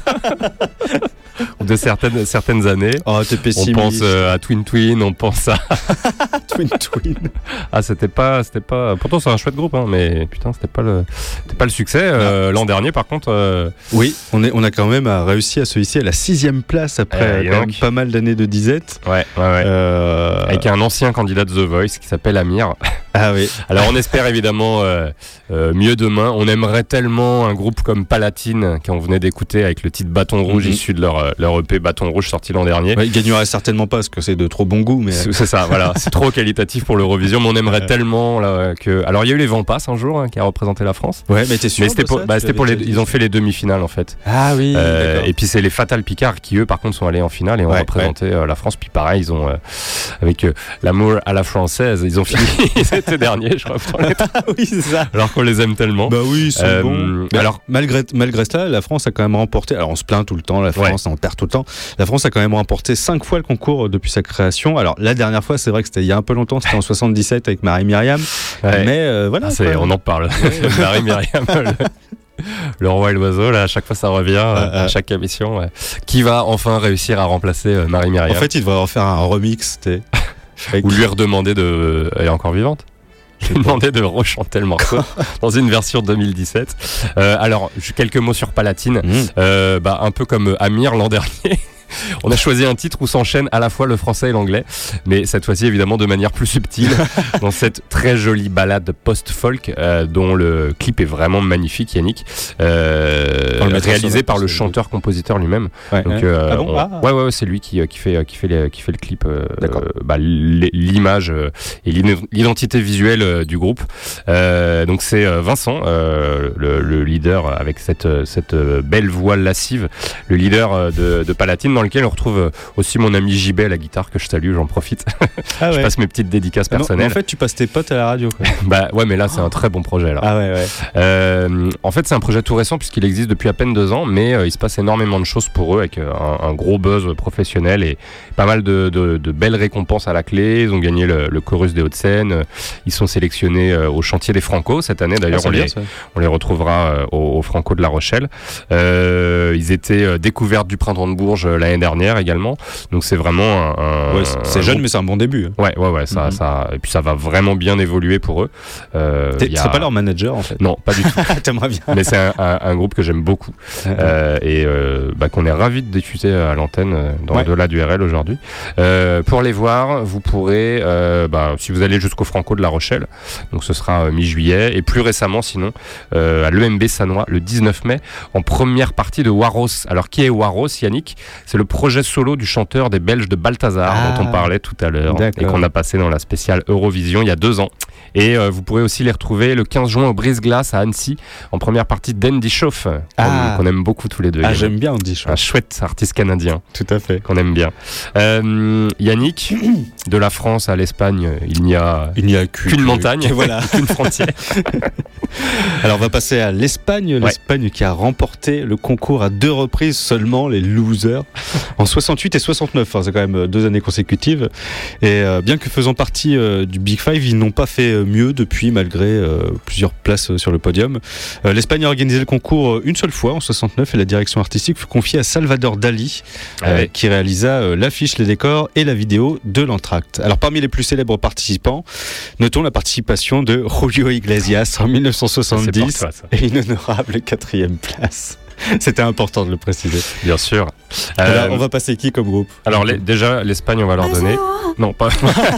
De certaines, certaines années. Oh, t'es pessimiste. On pense euh, à Twin Twin, on pense à Twin Twin. Ah, c'était pas, c'était pas. Pourtant, c'est un chouette groupe, hein, mais putain, c'était pas le, c'était pas le succès. Euh, l'an dernier, par contre. Euh... Oui, on est, on a quand même réussi à se hisser à la sixième place après eh, quand même pas mal d'années de disette. Ouais, ouais, ouais. Euh... Avec un ancien candidat de The Voice qui s'appelle Amir. Ah oui. Alors, on espère évidemment euh, euh, mieux demain. On aimerait tellement un groupe comme Palatine qu'on venait d'écouter avec le titre Bâton Rouge mm-hmm. issu de leur, leur E P Bâton Rouge sorti l'an dernier. Ouais, il gagnerait certainement pas parce que c'est de trop bon goût, mais c'est, c'est ça. Voilà, c'est trop qualitatif pour l'Eurovision. Mais on aimerait ouais. tellement là, que. Alors, il y a eu les Vampas un jour hein, qui a représenté la France. Ouais, mais t'es sûr Mais c'était de pour, ça, bah, c'était pour les. Ils ont fait les demi-finales en fait. Ah oui. Euh, et puis c'est les Fatal Picard qui eux, par contre, sont allés en finale et ont ouais, représenté ouais. Euh, la France. Puis pareil, ils ont euh, avec euh, l'amour à la française, ils ont fini. Ils étaient derniers, je crois. Ah oui, c'est ça. Alors qu'on les aime tellement. Bah oui, ils sont euh, bons. Mais alors malgré malgré cela, la France a quand même remporté. Alors on se plaint tout le temps, la France ouais. on perd tout le temps. La France a quand même remporté cinq fois le concours depuis sa création. Alors la dernière fois, c'est vrai que c'était il y a un peu longtemps, c'était en soixante-dix-sept avec Marie-Myriam. Ouais. Mais euh, voilà. Ah, c'est, on en parle. Ouais. Marie-Myriam. Le... Le roi et l'oiseau, là, à chaque fois ça revient, euh, euh, à chaque émission. Ouais. Qui va enfin réussir à remplacer euh, Marie-Myriam? En fait, il devrait en faire un remix, t'es. Ou lui redemander de. Elle est encore vivante? Je lui ai demandé de rechanter le morceau dans une version deux mille dix-sept. Euh, alors, quelques mots sur Palatine. Mmh. Euh, bah, un peu comme Amir l'an dernier. On a choisi un titre où s'enchaînent à la fois le français et l'anglais, mais cette fois-ci évidemment de manière plus subtile, dans cette très jolie ballade post-folk euh, dont le clip est vraiment magnifique, Yannick, euh, réalisé par le chanteur-compositeur lui-même. Ouais, Donc, ouais. euh, ah bon on, ah. ouais, ouais, c'est lui qui, qui fait qui fait les, qui fait le clip, euh, bah, l'image euh, et l'identité visuelle euh, du groupe. Euh, donc c'est euh, Vincent, euh, le, le leader avec cette cette belle voix lascive, le leader de, de Palatine, dans lequel on retrouve aussi mon ami J B à la guitare, que je salue, j'en profite. Ah ouais. Je passe mes petites dédicaces ah personnelles. Non, en fait, tu passes tes potes à la radio, quoi. Bah ouais, mais là, c'est un très bon projet, là. Ah ouais, ouais. Euh, en fait, c'est un projet tout récent, puisqu'il existe depuis à peine deux ans, mais euh, il se passe énormément de choses pour eux, avec euh, un, un gros buzz professionnel et pas mal de, de, de belles récompenses à la clé. Ils ont gagné le, le chorus des Hauts-de-Seine. Ils sont sélectionnés euh, au chantier des Franco cette année. D'ailleurs, ah, on, les, on les retrouvera euh, au, au Franco de La Rochelle. Euh, ils étaient euh, découvertes du Printemps de Bourges euh, l'année dernière également. Donc c'est vraiment un, un ouais, c'est, c'est un jeune groupe... mais c'est un bon début. Ouais ouais ouais ça, mm-hmm. ça et puis ça va vraiment bien évoluer pour eux. Euh, a... C'est pas leur manager en fait. Non, pas du tout. T'aimerais bien. Mais c'est un, un, un groupe que j'aime beaucoup mm-hmm. euh, et euh, bah, qu'on est ravi de diffuser à l'antenne dans ouais. Au-delà du R L aujourd'hui. Euh, pour les voir, vous pourrez euh, bah, si vous allez jusqu'au Franco de La Rochelle, donc ce sera euh, mi-juillet, et plus récemment sinon euh, à l'E M B Sannois le dix-neuf mai en première partie de Waros. Alors qui est Waros, Yannick? C'est c'est le projet solo du chanteur des Belges de Balthazar, ah, dont on parlait tout à l'heure, d'accord. Et qu'on a passé dans la spéciale Eurovision il y a deux ans. Et euh, vous pourrez aussi les retrouver le quinze juin au Brise-Glace à Annecy, en première partie d'Andy Schauf, ah. qu'on, qu'on aime beaucoup tous les deux. Ah, j'aime bien Andy Schauf. Un chouette artiste canadien. Tout à fait. Qu'on aime bien. Euh, Yannick, de la France à l'Espagne, il n'y a, il n'y a qu'une, qu'une montagne, qu'une, voilà. qu'une frontière. Alors on va passer à l'Espagne, ouais. l'Espagne qui a remporté le concours à deux reprises seulement, les losers, en soixante-huit et soixante-neuf, enfin, c'est quand même deux années consécutives. Et euh, bien que faisant partie euh, du Big Five, ils n'ont pas fait mieux depuis, malgré euh, plusieurs places sur le podium. Euh, L'Espagne a organisé le concours une seule fois en soixante-neuf et la direction artistique fut confiée à Salvador Dali, euh, ouais. qui réalisa euh, l'affiche, les décors et la vidéo de l'entracte. Alors parmi les plus célèbres participants, notons la participation de Julio Iglesias en mille neuf cent soixante-dix toi, et une honorable quatrième place. C'était important de le préciser. Bien sûr. Alors, euh, on va passer qui comme groupe ? Alors les, déjà, l'Espagne, on va leur donner... Non, pas...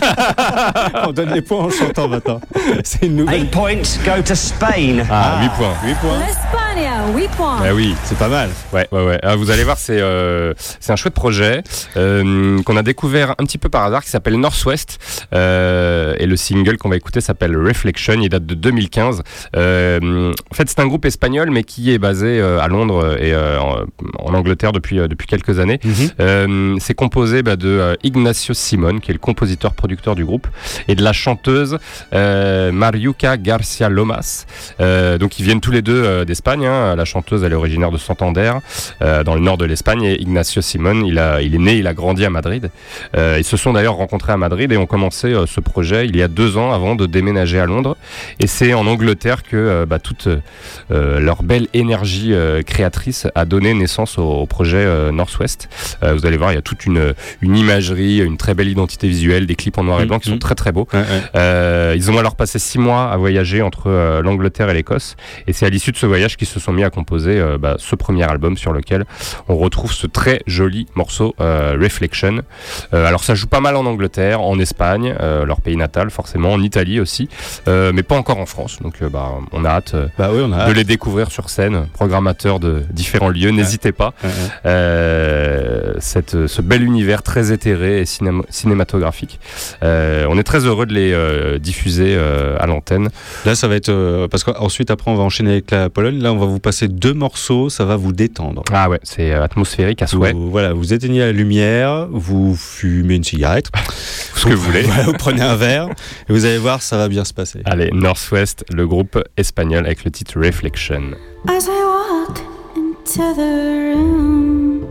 on donne les points en chantant maintenant. C'est une nouvelle... Eight points go to Spain. Ah, huit points. huit points. L'Espagne, huit points. Ah oui. C'est pas mal. Ouais, ouais, ouais. Alors, vous allez voir, c'est, euh, c'est un chouette projet euh, qu'on a découvert un petit peu par hasard, qui s'appelle Northwest. Euh, et le single qu'on va écouter s'appelle Reflection. Il date de deux mille quinze. Euh, en fait, c'est un groupe espagnol, mais qui est basé euh, à Londres et euh, en, en Angleterre depuis, euh, depuis quelques années. Mm-hmm. Euh, c'est composé bah, de euh, Ignacio Simón, qui est le compositeur-producteur du groupe, et de la chanteuse euh, Mariuca Garcia Lomas. Euh, donc ils viennent tous les deux euh, d'Espagne. Hein. La chanteuse, elle est originaire de Santander, euh, dans le nord de l'Espagne, et Ignacio Simón, il, a, il est né, il a grandi à Madrid. Euh, ils se sont d'ailleurs rencontrés à Madrid et ont commencé euh, ce projet il y a deux ans avant de déménager à Londres. Et c'est en Angleterre que euh, bah, toute euh, leur belle énergie euh, créatrice a donné naissance au, au projet euh, Northwest. Euh, vous allez voir, il y a toute une, une imagerie, une très belle identité visuelle, des clips en noir et blanc mmh, qui sont mmh. très très beaux. Ouais, ouais. Euh, ils ont alors passé six mois à voyager entre euh, l'Angleterre et l'Écosse, et c'est à l'issue de ce voyage qu'ils se sont mis à composer euh, bah, ce premier album sur lequel on retrouve ce très joli morceau euh, Reflection. Euh, alors ça joue pas mal en Angleterre, en Espagne, euh, leur pays natal forcément, en Italie aussi, euh, mais pas encore en France. Donc euh, bah, on a hâte euh, bah oui, on a de hâte. les découvrir sur scène. Programmateur de différents lieux, n'hésitez pas. Ouais, ouais. Euh, cette, ce bel univers très éthéré et cinéma, cinématographique. Euh, on est très heureux de les euh, diffuser euh, à l'antenne. Là, ça va être euh, parce qu'ensuite, après, on va enchaîner avec la Pologne. Là, on va vous passer deux morceaux. Ça va vous détendre. Ah ouais, c'est atmosphérique à souhait. Vous, voilà, vous éteignez la lumière, vous fumez une cigarette, ce que vous voulez. Voilà, vous prenez un verre et vous allez voir, ça va bien se passer. Allez, Northwest, le groupe espagnol avec le titre Reflection. As I walk into the room,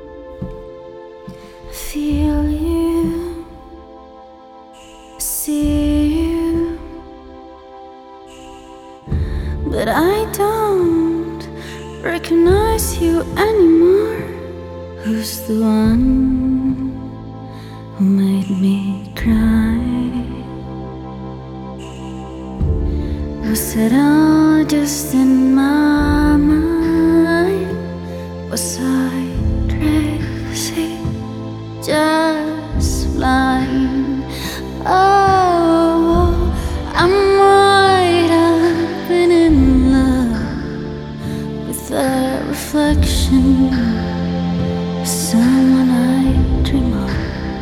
I feel you, see you, but I don't recognize you anymore. Who's the one who made me cry? Was it all just in my mind? Was I crazy? Just blind? Oh, I might have been in love with the reflection of someone I dream of.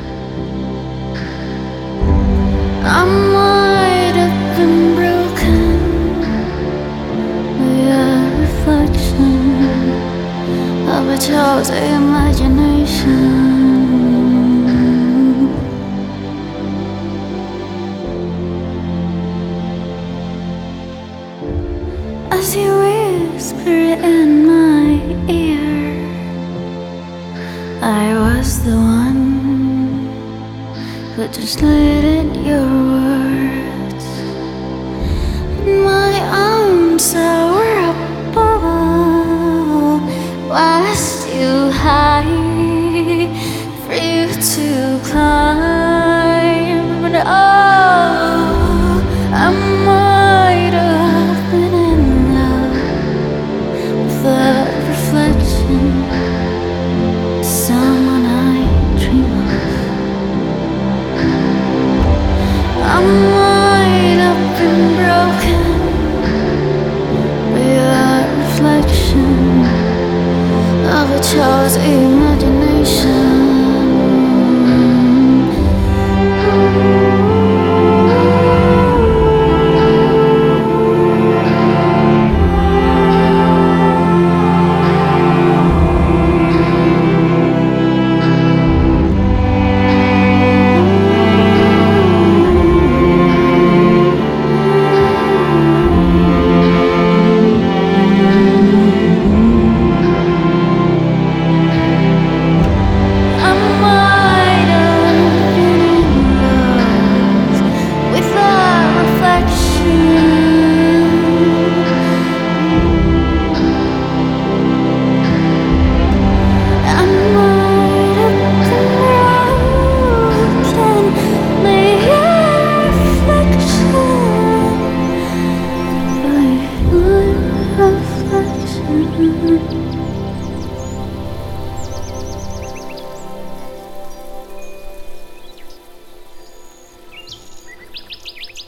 I might have been broken by a reflection of a child's imagination. As you whisper in my ear, I was the one who translated your words in my own sour bubble. Was too high for you to climb, and oh, I might have been in love with the reflection of someone I dream of. I might have been broken by a reflection of a child's imagination.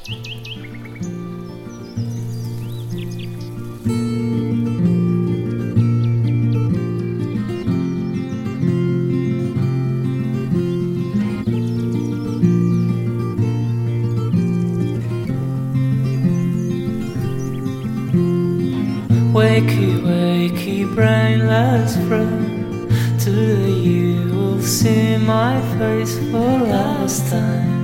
Wakey, wakey, brainless friend. Today you will see my face for last time.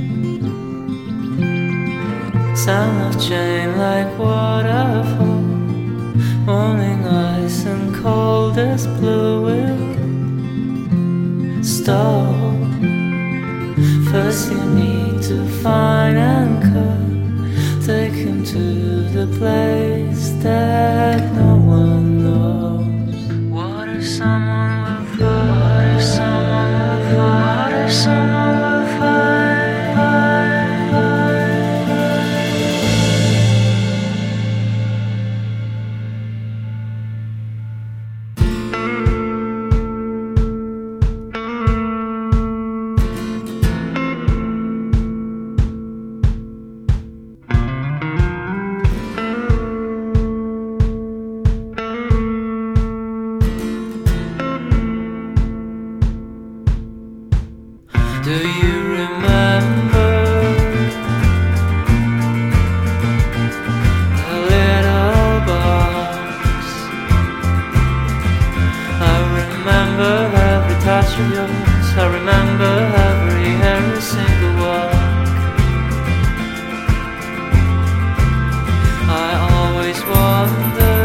Sound of chain like waterfall. Morning ice and cold as blue will stall. First you need to find anchor. Take him to the place that no one knows. What if someone will find? What if someone will find? What if someone will find? find, find, Do you remember the little box? I remember every touch of yours. I remember every every single walk. I always wonder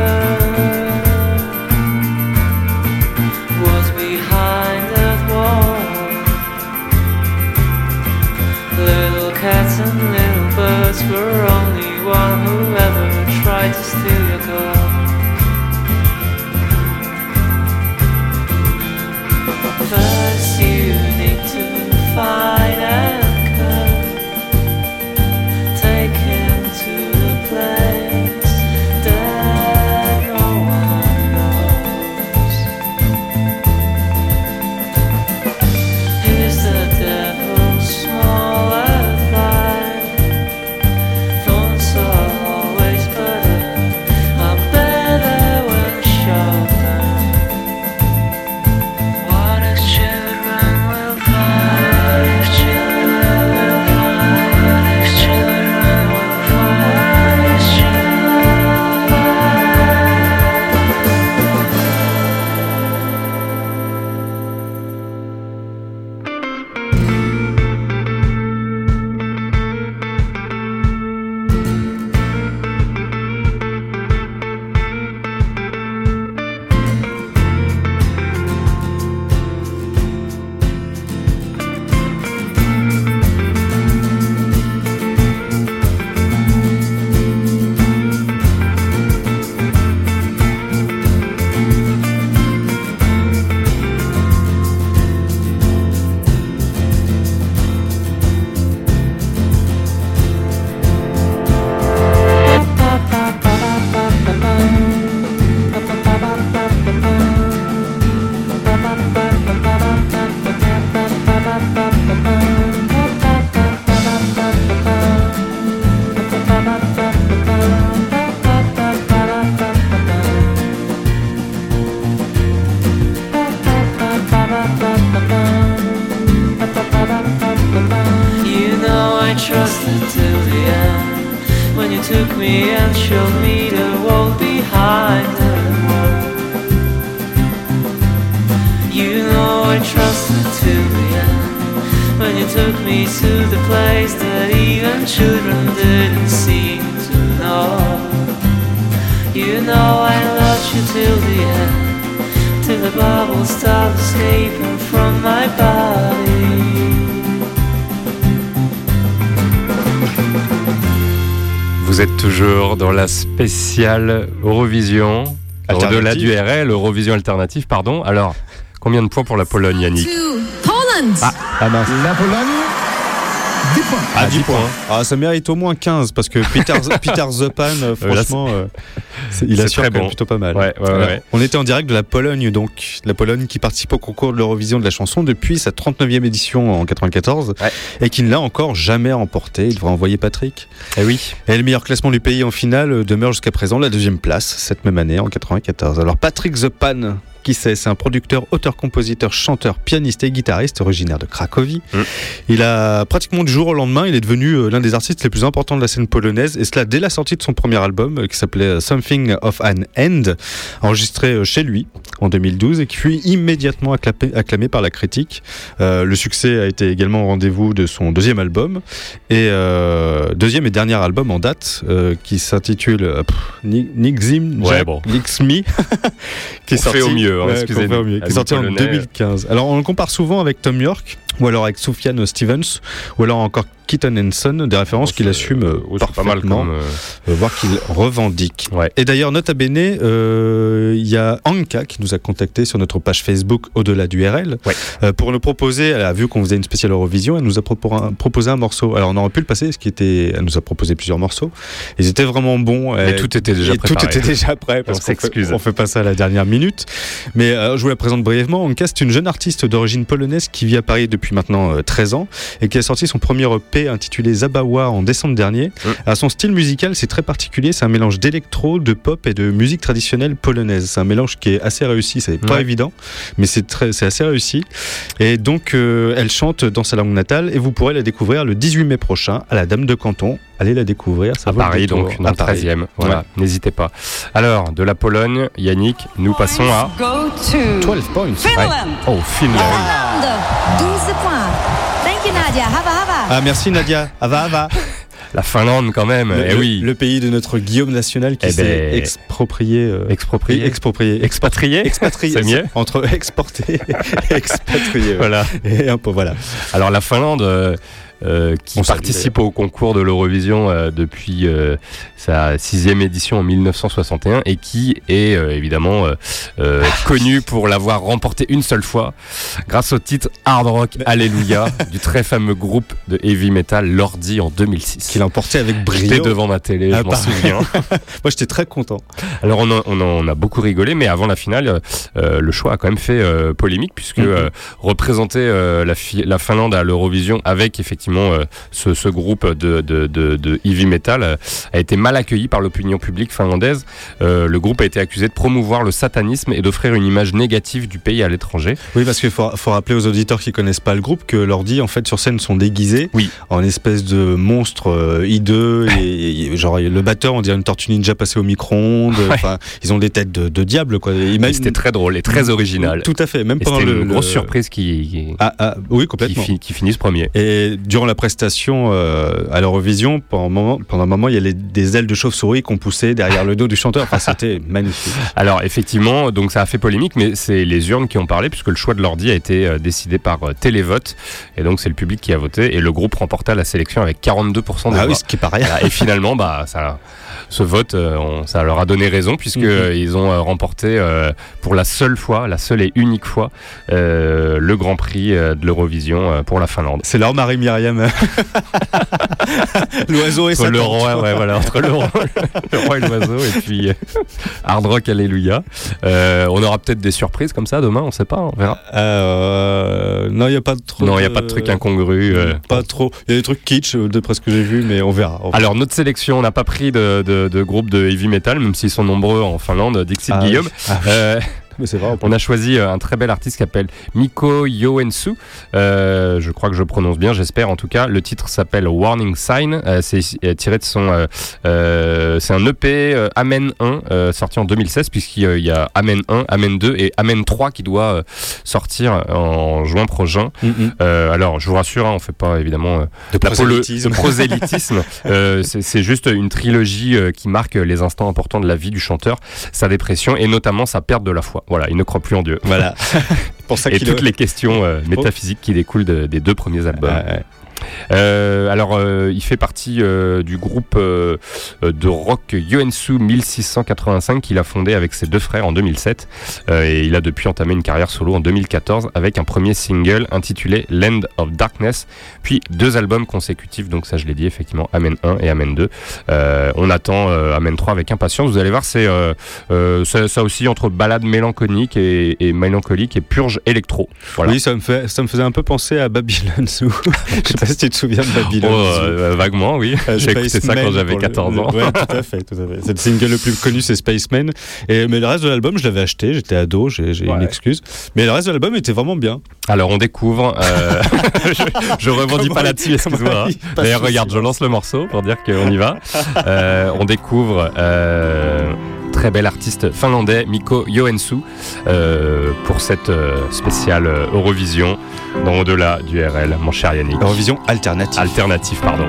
what's behind that wall. Little cats and little birds were only one who ever tried to steal your girl. First you need to find anchor. Take him to the place that no one knows. Here's the devil small and blind. Thorns are always better, are better when sharpened. What if children will find? What if children will find? What if children will find? What if children will You know I trusted till the end when you took me and showed me the world behind the wall. You know I trusted till the end when you took me to the place that even children didn't seem to know. You know I loved you till the end, till the bubbles stopped escaping from my body. Vous êtes toujours dans la spéciale Eurovision, au-delà du R L, Eurovision alternative, pardon. Alors, combien de points pour la Pologne, Yannick? Poland. Ah, ah mince. La Pologne, dix points. Ah, dix points. Ah, ça mérite au moins quinze parce que Peter, Peter the Pan, euh, franchement, euh, c'est, il c'est assure très quand même bon. plutôt pas mal. Ouais, ouais, Alors, ouais. on était en direct de la Pologne, donc la Pologne qui participe au concours de l'Eurovision de la chanson depuis sa trente-neuvième édition en quatre-vingt-quatorze Ouais. et qui ne l'a encore jamais remporté. Il devrait envoyer Patrick. Eh oui. Et le meilleur classement du pays en finale demeure jusqu'à présent la deuxième place cette même année en quatre-vingt-quatorze. Alors Patrick the Pan, qui c'est C'est un producteur, auteur, compositeur, chanteur, pianiste et guitariste originaire de Cracovie. Mmh. Il a pratiquement du jour au lendemain, il est devenu l'un des artistes les plus importants de la scène polonaise, et cela dès la sortie de son premier album qui s'appelait Something of an End, enregistré chez lui en deux mille douze et qui fut immédiatement acclamé, acclamé par la critique. Euh, le succès a été également au rendez-vous de son deuxième album et euh, deuxième et dernier album en date euh, qui s'intitule euh, Nixim ouais, bon. Nixmi qui est on sorti fait au mieux, hein, ouais, excusez-nous. Au mieux, qui est sorti en deux mille quinze. Alors on le compare souvent avec Tom York ou alors avec Sufjan Stevens ou alors encore Keaton Henson, des références oh, qu'il assume euh, parfaitement, pas mal comme, euh... euh, voire qu'il revendique. Ouais. Et d'ailleurs, nota bene, il euh, y a Anka qui nous a contacté sur notre page Facebook Au-delà du R L ouais. euh, pour nous proposer, elle a vu qu'on faisait une spéciale Eurovision, elle nous a propo- un, proposé un morceau. Alors on aurait pu le passer, ce qui était, elle nous a proposé plusieurs morceaux. Ils étaient vraiment bons. Mais et, tout était déjà préparé. Tout était déjà prêt parce on s'excuse. Fait, on fait pas ça à la dernière minute. Mais euh, je vous la présente brièvement. Anka, c'est une jeune artiste d'origine polonaise qui vit à Paris depuis maintenant euh, treize ans et qui a sorti son premier E P intitulé Zaba en décembre dernier. Mmh. À son style musical, c'est très particulier, c'est un mélange d'électro, de pop et de musique traditionnelle polonaise. C'est un mélange qui est assez réussi, c'est pas ouais. évident, mais c'est, très, c'est assez réussi. Et donc, euh, elle chante dans sa langue natale et vous pourrez la découvrir le dixhuit mai prochain à la Dame de Canton. Allez la découvrir. Ça à Paris, donc, dans à le treizième. Voilà, ouais. N'hésitez pas. Alors, de la Pologne, Yannick, nous passons à douze points. Ouais. Oh, Finlande. douze points. Thank you, Nadia. Hava, hava. Ah, merci, Nadia. Hava, hava. La Finlande, quand même. Le, eh oui. Le pays de notre Guillaume national qui eh s'est ben... exproprié. Euh... Exproprié. Exproprié. Expatrié. Expatrié. C'est mieux. Entre exporté et expatrié. Voilà. Et un peu, voilà. Alors, la Finlande. Euh... Euh, qui On participe au concours de l'Eurovision euh, depuis euh, sa sixième édition en mille neuf cent soixante et un et qui est euh, évidemment euh, euh, connu pour l'avoir remporté une seule fois grâce au titre Hard Rock Alléluia du très fameux groupe de heavy metal Lordi en deux mille six. Qu'il a emporté avec brio. J'étais devant ma télé, ah, je m'en souviens. Moi j'étais très content. Alors on, a, on, a, on a beaucoup rigolé, mais avant la finale, euh, le choix a quand même fait euh, polémique puisque mm-hmm. euh, représenter euh, la, fi- la Finlande à l'Eurovision avec effectivement Euh, ce, ce groupe de, de, de, de heavy metal euh, a été mal accueilli par l'opinion publique finlandaise. Euh, le groupe a été accusé de promouvoir le satanisme et d'offrir une image négative du pays à l'étranger. Oui, parce qu'il faut, faut rappeler aux auditeurs qui connaissent pas le groupe que Lordi, en fait, sur scène, sont déguisés oui. en espèce de monstres euh, hideux. et, et, genre, le batteur, on dirait une tortue ninja passée au micro-ondes. Ouais. Ils ont des têtes de, de diable, quoi. Imagine... C'était très drôle et très original. Tout à fait. Même et pendant c'était le, une grosse le... surprise qui, qui, ah, ah, oui, complètement. qui, fi, qui finisse premier. Et durant la prestation euh, à l'Eurovision, pendant un moment, pendant un moment il y a les, des ailes de chauve-souris qu'on poussait derrière le dos du chanteur. Enfin, c'était magnifique. Alors, effectivement, donc ça a fait polémique, mais c'est les urnes qui ont parlé, puisque le choix de Lordi a été euh, décidé par euh, télévote. Et donc, c'est le public qui a voté. Et le groupe remporta la sélection avec quarante-deux pour cent des ah voix. Oui, ce qui paraît. Voilà, et finalement, bah, ça, ce vote, euh, on, ça leur a donné raison, puisqu'ils mm-hmm. ont euh, remporté euh, pour la seule fois, la seule et unique fois, euh, le Grand Prix euh, de l'Eurovision euh, pour la Finlande. C'est leur Marie-Myriam. L'oiseau et sa le roi, ouais, voilà, entre le roi, le roi et l'oiseau, et puis euh, Hard Rock Alléluia. Euh, on aura peut-être des surprises comme ça demain, on sait pas, on verra. Euh, non, il n'y a pas de trop. Non, il de... n'y a pas de trucs incongrus. Euh... Pas trop. Il y a des trucs kitsch, d'après ce que j'ai vu, mais on verra. On verra. Alors, notre sélection, on n'a pas pris de, de, de groupe de heavy metal, même s'ils sont nombreux en Finlande, Dixit ah, Guillaume. Oui. Ah, euh, mais c'est vrai, on a choisi un très bel artiste qui s'appelle Mikko Joensuu. Euh, je crois que je prononce bien, j'espère en tout cas. Le titre s'appelle Warning Sign. Euh, c'est tiré de son. Euh, euh, c'est un E P euh, Amen un euh, sorti en deux mille seize, puisqu'il y a Amen un, Amen deux et Amen trois qui doit euh, sortir en juin prochain. Mm-hmm. Euh, alors, je vous rassure, hein, on ne fait pas évidemment euh, de prosélytisme. De prosélytisme. euh, c'est, c'est juste une trilogie euh, qui marque les instants importants de la vie du chanteur, sa dépression et notamment sa perte de la foi. Voilà, il ne croit plus en Dieu. Voilà. Pour ça et qu'il toutes a... les questions euh, métaphysiques qui découlent de, des deux premiers albums. Euh, Euh, alors, euh, il fait partie euh, du groupe euh, de rock Yoensu mille six cent quatre-vingt-cinq qu'il a fondé avec ses deux frères en deux mille sept. Euh, et il a depuis entamé une carrière solo en deux mille quatorze avec un premier single intitulé Land of Darkness, puis deux albums consécutifs. Donc ça, je l'ai dit, effectivement, Amen un et Amen deux. Euh, on attend euh, Amen trois avec impatience. Vous allez voir, c'est euh, euh, ça, ça aussi entre balade mélancolique et, et mélancolique et purge électro. Voilà. Oui, ça me fait, ça me faisait un peu penser à Babylon Zoo. Je sais pas si tu te souviens de Babylon oh, Zoo. Euh, vaguement, oui. Euh, J'ai écouté ça quand j'avais le, quatorze ans. Oui, tout à fait, tout à fait. C'est le single le plus connu, c'est Spaceman. Et mais le reste de l'album, je l'avais acheté. J'étais ado, j'ai, j'ai ouais. une excuse. Mais le reste de l'album était vraiment bien. Alors on découvre. Euh... je, je rebondis pas là-dessus, excuse-moi. D'ailleurs, regarde, je lance le morceau pour dire qu'on y va. Euh, on découvre. Euh... Très bel artiste finlandais, Mikko Yoensu, euh, pour cette euh, spéciale euh, Eurovision dans Au-delà du R L, mon cher Yannick. Eurovision alternative. Alternative, pardon.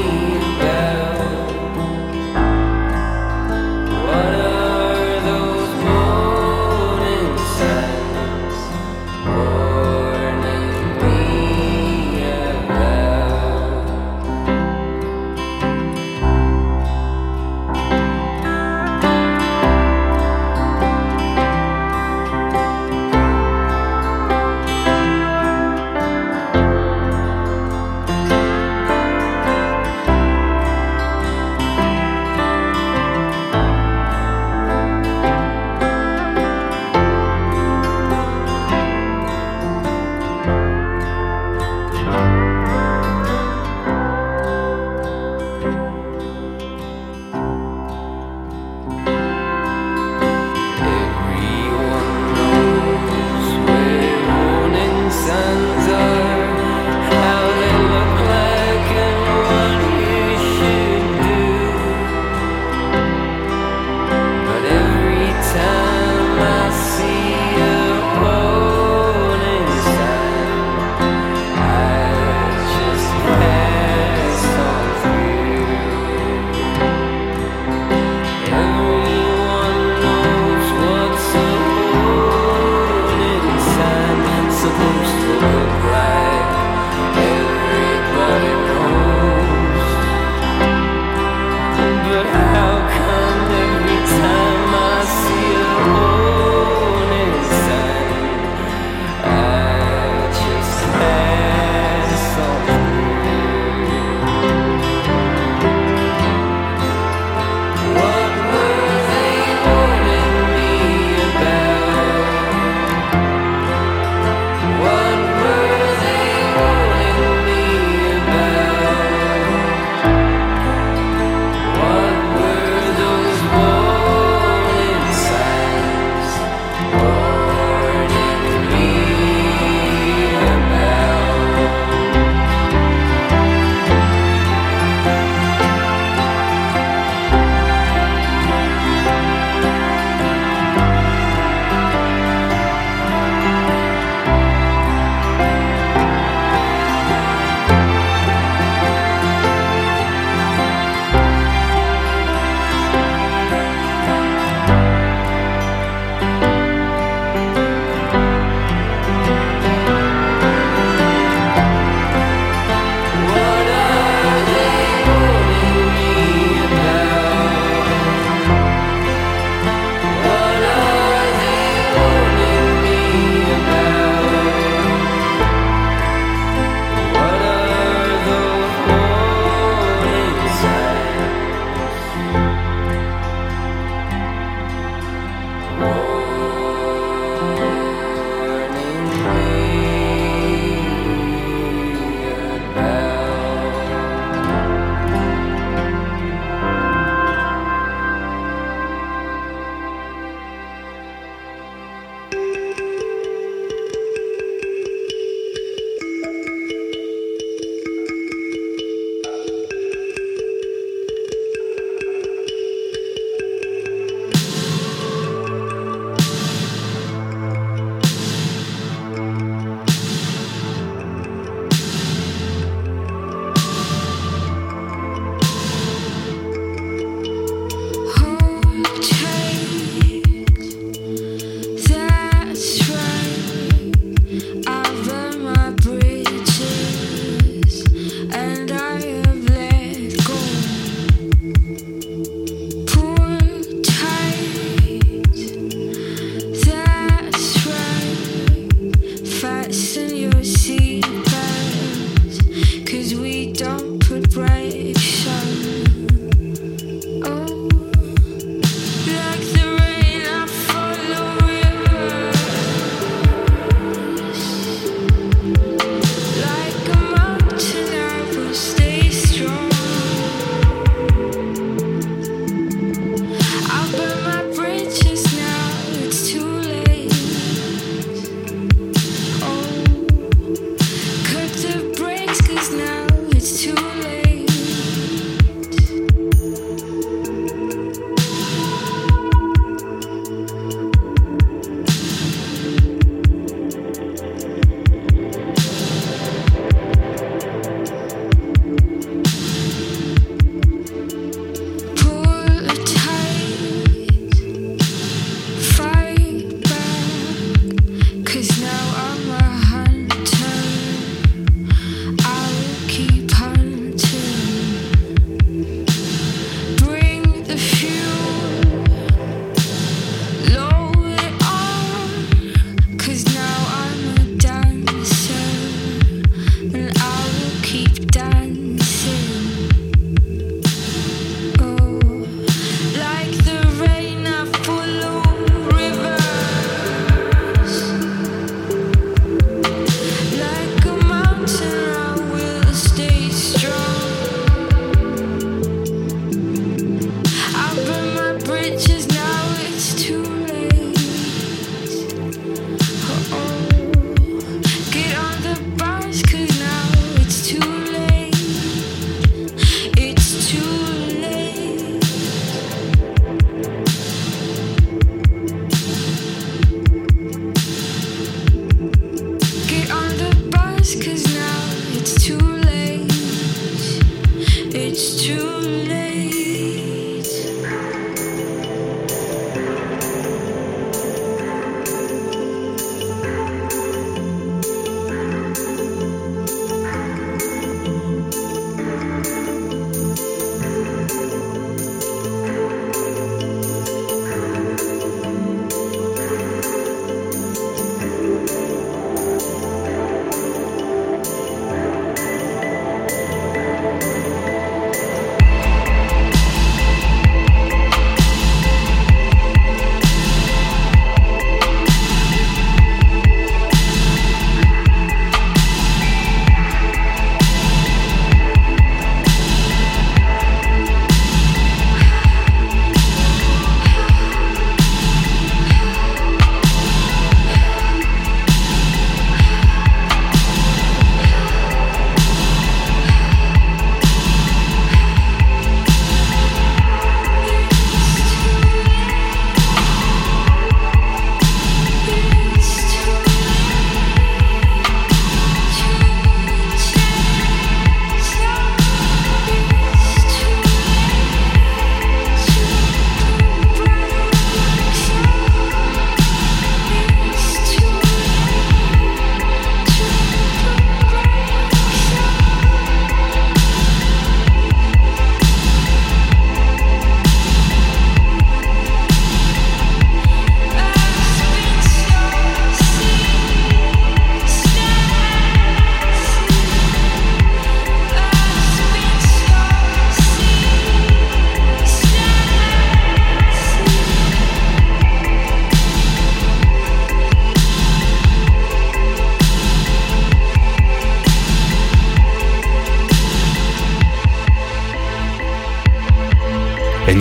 What are those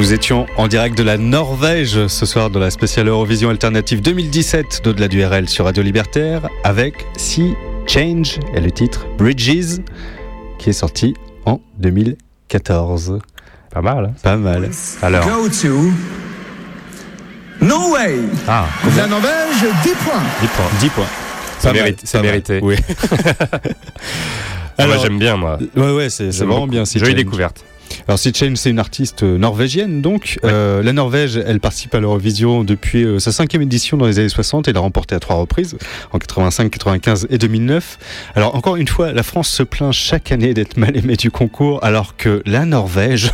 Nous étions en direct de la Norvège ce soir dans la spéciale Eurovision Alternative deux mille dix-sept d'Au-delà du R L sur Radio Libertaire avec Sea Change et le titre Bridges qui est sorti en deux mille quatorze. Pas mal. Hein. Pas mal. Alors. Go to Norway. Ah. La Norvège, dix points. dix points. dix points. C'est mérité. C'est mérité. Oui. Alors, moi, j'aime bien, moi. Ouais, ouais, c'est, c'est vraiment beaucoup. Bien. Jolie découverte. Alors Sea Change, c'est une artiste norvégienne donc. Ouais. Euh, la Norvège, elle participe à l'Eurovision depuis euh, sa cinquième édition dans les années soixante et l'a remportée à trois reprises, en quatre-vingt-cinq, quatre-vingt-quinze et deux mille neuf. Alors encore une fois, la France se plaint chaque année d'être mal aimée du concours alors que la Norvège...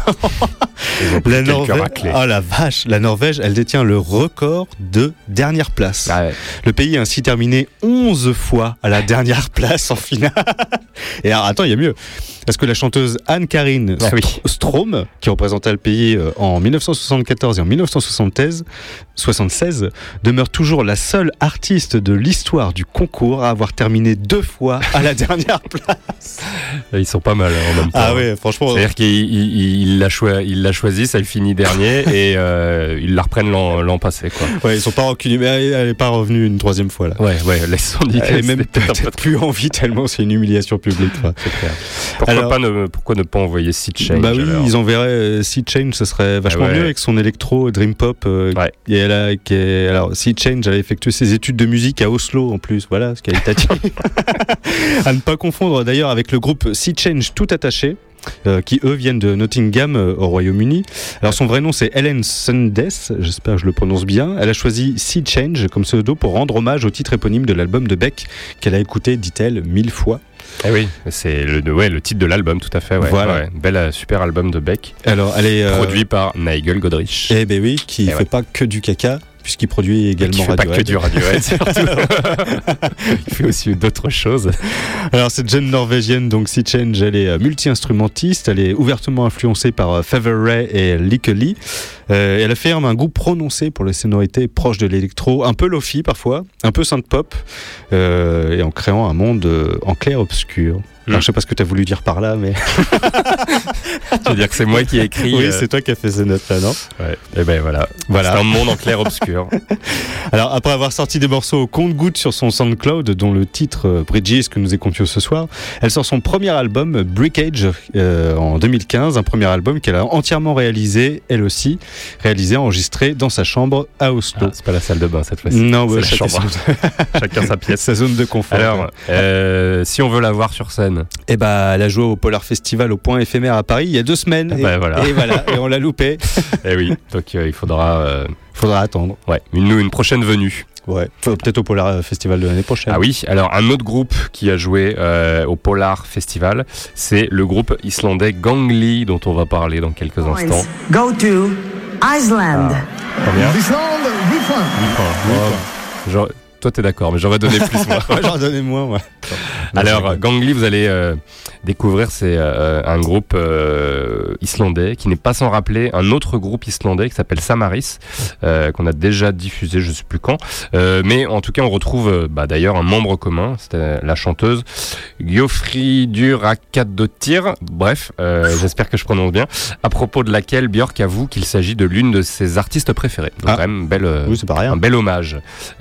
la Norvège... Oh la vache, la Norvège, elle détient le record de dernière place. Ah ouais. Le pays a ainsi terminé onze fois à la dernière place en finale. Et alors attends, il y a mieux. Parce que la chanteuse Anne-Carine ah oui. Strom, qui représentait le pays en dix-neuf cent soixante-quatorze et en dix-neuf cent soixante-seize, demeure toujours la seule artiste de l'histoire du concours à avoir terminé deux fois à la dernière place. Ils sont pas mal en même temps. Ah ouais, franchement. C'est-à-dire qu'il il, il l'a, choi- il l'a choisi, ça il finit dernier et euh, ils la reprennent l'an, l'an passé. Quoi. Ouais, ils sont pas reculés, mais elle n'est pas revenue une troisième fois là. Ouais, ouais, là ils se sont dit qu'elle même peut-être, peut-être plus envie tellement c'est une humiliation publique. Enfin. C'est clair. Pourquoi, Alors, pas ne, pourquoi ne pas envoyer Sea Change? Bah oui, alors. Ils enverraient euh, Sea Change, ce serait vachement ah ouais. mieux avec son électro dream pop. Euh, ouais. Et elle a, qui est, alors Sea Change, elle a effectué ses études de musique à Oslo en plus. Voilà, ce qualitatif. À ne pas confondre d'ailleurs avec le groupe Sea Change tout attaché. Euh, qui eux viennent de Nottingham euh, au Royaume-Uni. Alors son vrai nom c'est Helen Sundes, j'espère que je le prononce bien. Elle a choisi Sea Change comme pseudo pour rendre hommage au titre éponyme de l'album de Beck qu'elle a écouté, dit-elle, mille fois. Eh oui, c'est le, ouais, le titre de l'album, tout à fait. Ouais. Voilà. Ouais, bel super album de Beck. Alors, elle est euh... produit par Nigel Godrich. Eh ben oui, qui ne fait ouais. pas que du caca. Puisqu'il produit également Radiohead. Il fait pas que du Radiohead, surtout. Il fait aussi d'autres choses. Alors, cette jeune norvégienne, donc Sea Change, elle est multi-instrumentiste. Elle est ouvertement influencée par Feather Ray et Lykke Li. Euh, elle affirme un goût prononcé pour les sonorités proches de l'électro, un peu lo-fi parfois, un peu synth-pop, euh, et en créant un monde euh, en clair-obscur. Alors, je sais pas ce que tu as voulu dire par là, mais... Tu veux dire que c'est moi qui ai écrit... Oui, euh... c'est toi qui as fait ces notes-là, non? Ouais, et ben voilà. voilà. C'est un monde en clair-obscur. Alors, après avoir sorti des morceaux au compte-gouttes sur son SoundCloud, dont le titre euh, Bridges que nous écoutions ce soir, elle sort son premier album, Brickage, euh, en deux mille quinze, un premier album qu'elle a entièrement réalisé, elle aussi, réalisé, enregistré dans sa chambre à Oslo. Ah, c'est pas la salle de bain cette fois-ci. Non, ouais, c'est la chacun, chambre. Chacun sa pièce. Sa zone de confort. Alors, euh, si on veut la voir sur scène... Eh bah, elle a joué au Polar Festival au Point éphémère à Paris il y a deux semaines. Et, et, bah, voilà. et voilà, et on l'a loupé. Et oui, donc euh, il faudra, euh, faudra attendre. Ouais, une, une prochaine venue. Ouais, peut-être au Polar Festival de l'année prochaine. Ah oui, alors un autre groupe qui a joué euh, au Polar Festival, c'est le groupe islandais Gangli, dont on va parler dans quelques instants. Go to Iceland. Ah, combien ? Islande, huit points. huit points. Oh, genre, toi, t'es d'accord, mais j'aurais donné plus, moi. Ouais, j'aurais donné moins, ouais. Alors, Gangli, vous allez euh, découvrir, c'est euh, un groupe euh, islandais qui n'est pas sans rappeler un autre groupe islandais qui s'appelle Samaris, euh, qu'on a déjà diffusé, je ne sais plus quand. Euh, mais en tout cas, on retrouve euh, bah, d'ailleurs un membre commun, c'était la chanteuse Gjófríður Akadóttir. Bref, euh, j'espère que je prononce bien. À propos de laquelle Björk avoue qu'il s'agit de l'une de ses artistes préférées. Donc, ah. quand même, belle, euh, oui, c'est pas rien. Un bel hommage.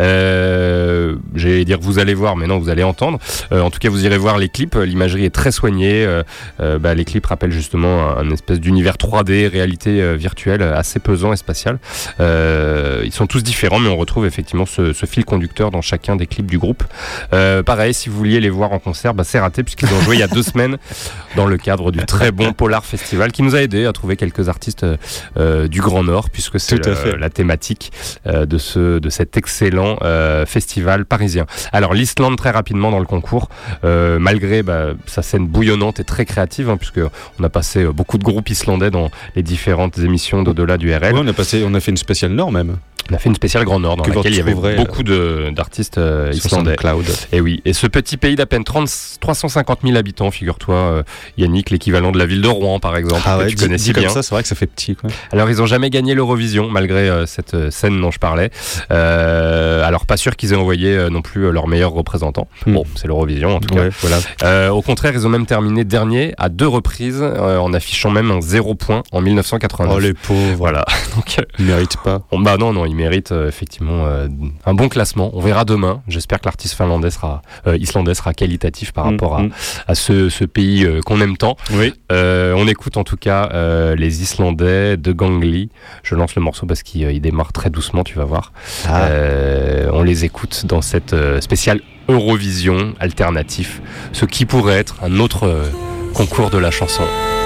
Euh, j'allais dire vous allez voir, mais non, vous allez entendre. Euh, en tout cas, vous irez voir les clips. L'imagerie est très soignée. Euh, euh, bah, les clips rappellent justement un, un espèce d'univers trois D, réalité euh, virtuelle, assez pesant et spatial. Euh, ils sont tous différents, mais on retrouve effectivement ce, ce fil conducteur dans chacun des clips du groupe. Euh, pareil, si vous vouliez les voir en concert, bah, c'est raté puisqu'ils ont joué il y a deux semaines dans le cadre du très bon Polar Festival qui nous a aidé à trouver quelques artistes euh, du Grand Nord, puisque c'est le, la thématique euh, de, ce, de cet excellent euh, festival parisien. Alors l'Islande, très rapidement dans le concours, euh, malgré bah, sa scène bouillonnante et très créative, hein, puisque on a passé beaucoup de groupes islandais dans les différentes émissions d'au-delà du R L. Ouais, on a passé, on a fait une spéciale Nord même. On a fait une spéciale Grand Nord dans que laquelle il y avait retrouverez, beaucoup de, d'artistes euh, islandais. Cloud. Et oui. Et ce petit pays d'à peine trente, trois cent cinquante mille habitants, figure-toi, euh, Yannick, l'équivalent de la ville de Rouen, par exemple, ah ouais, que tu dit, connais dit si comme bien. Ça, c'est vrai que ça fait petit, quoi. Alors, ils n'ont jamais gagné l'Eurovision, malgré euh, cette euh, scène dont je parlais. Euh, alors, pas sûr qu'ils aient envoyé euh, non plus euh, leur meilleur représentant. Mm. Bon, c'est l'Eurovision, en tout ouais, cas. Voilà. Euh, au contraire, ils ont même terminé dernier à deux reprises, euh, en affichant même un zéro point en mille neuf cent quatre-vingt-neuf. Oh, les pauvres. Voilà. Donc, euh, ils méritent pas. Bon, bah non, non, ils méritent euh, effectivement euh, un bon classement. On verra demain. J'espère que l'artiste finlandais sera, euh, islandais sera qualitatif par rapport mmh, à, à ce, ce pays euh, qu'on aime tant. Oui. Euh, on écoute en tout cas euh, les Islandais de Gangli. Je lance le morceau parce qu'il euh, il démarre très doucement, tu vas voir. Ah. Euh, on les écoute dans cette euh, spéciale Eurovision alternatif, ce qui pourrait être un autre euh, concours de la chanson.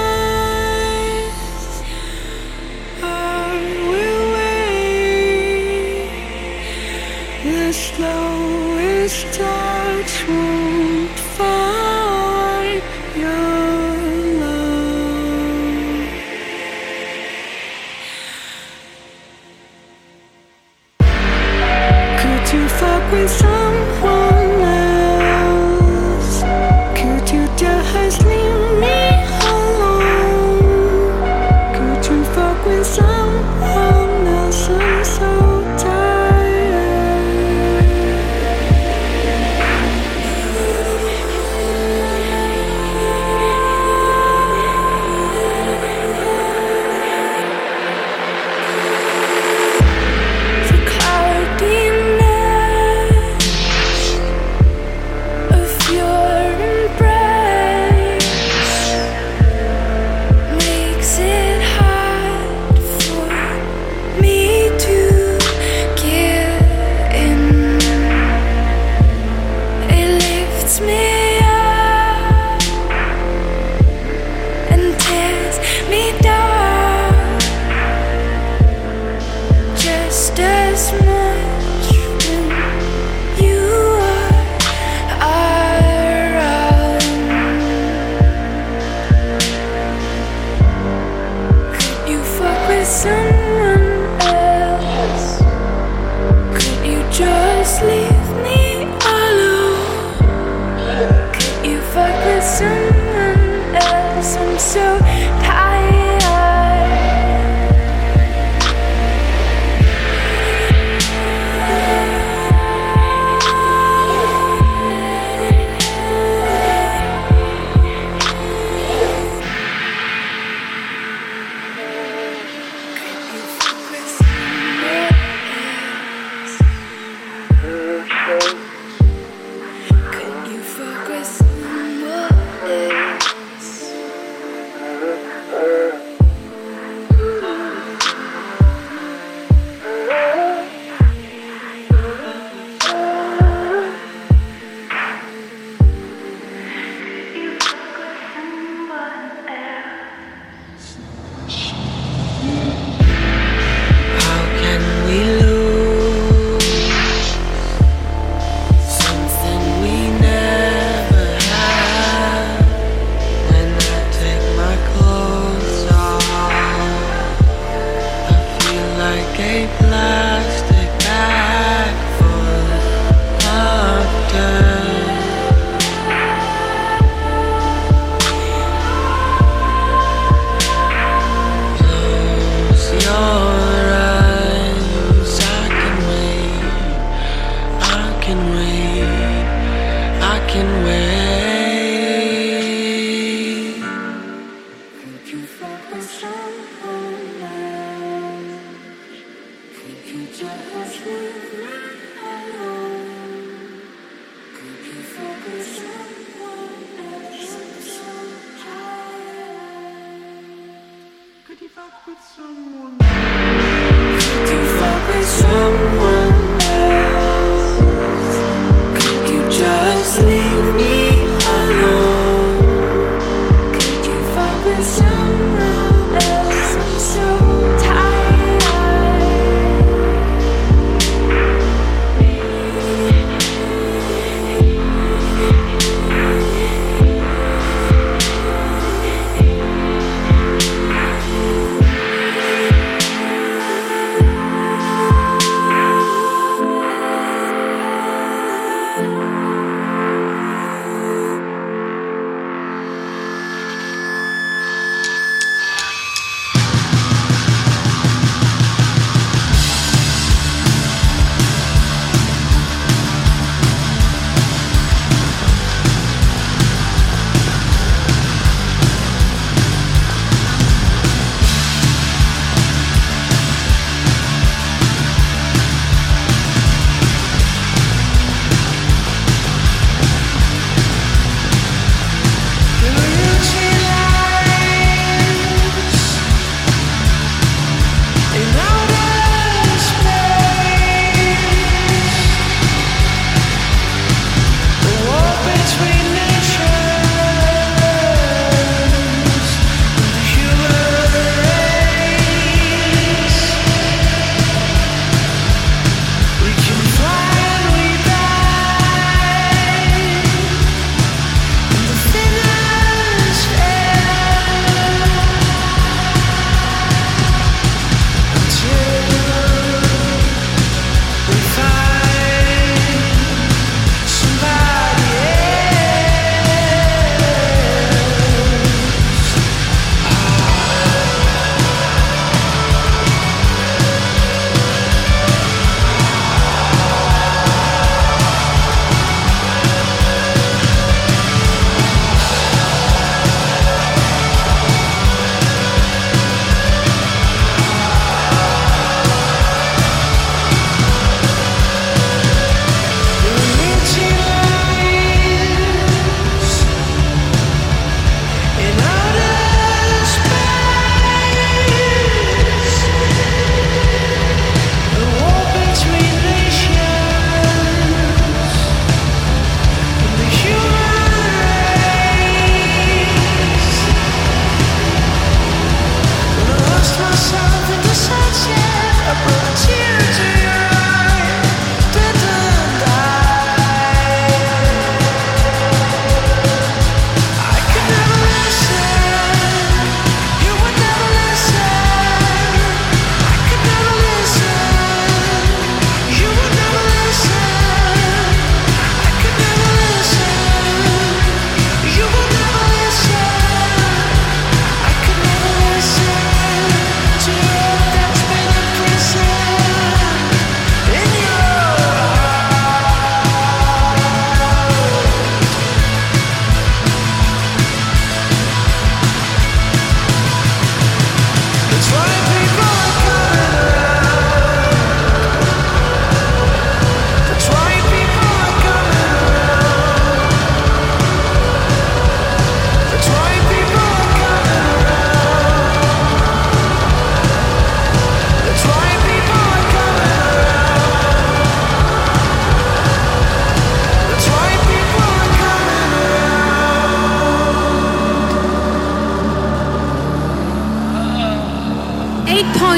The slowest touch won't find your love. Could you fuck with someone else? Could you just leave me alone? Could you fuck with someone else? I'm so tired.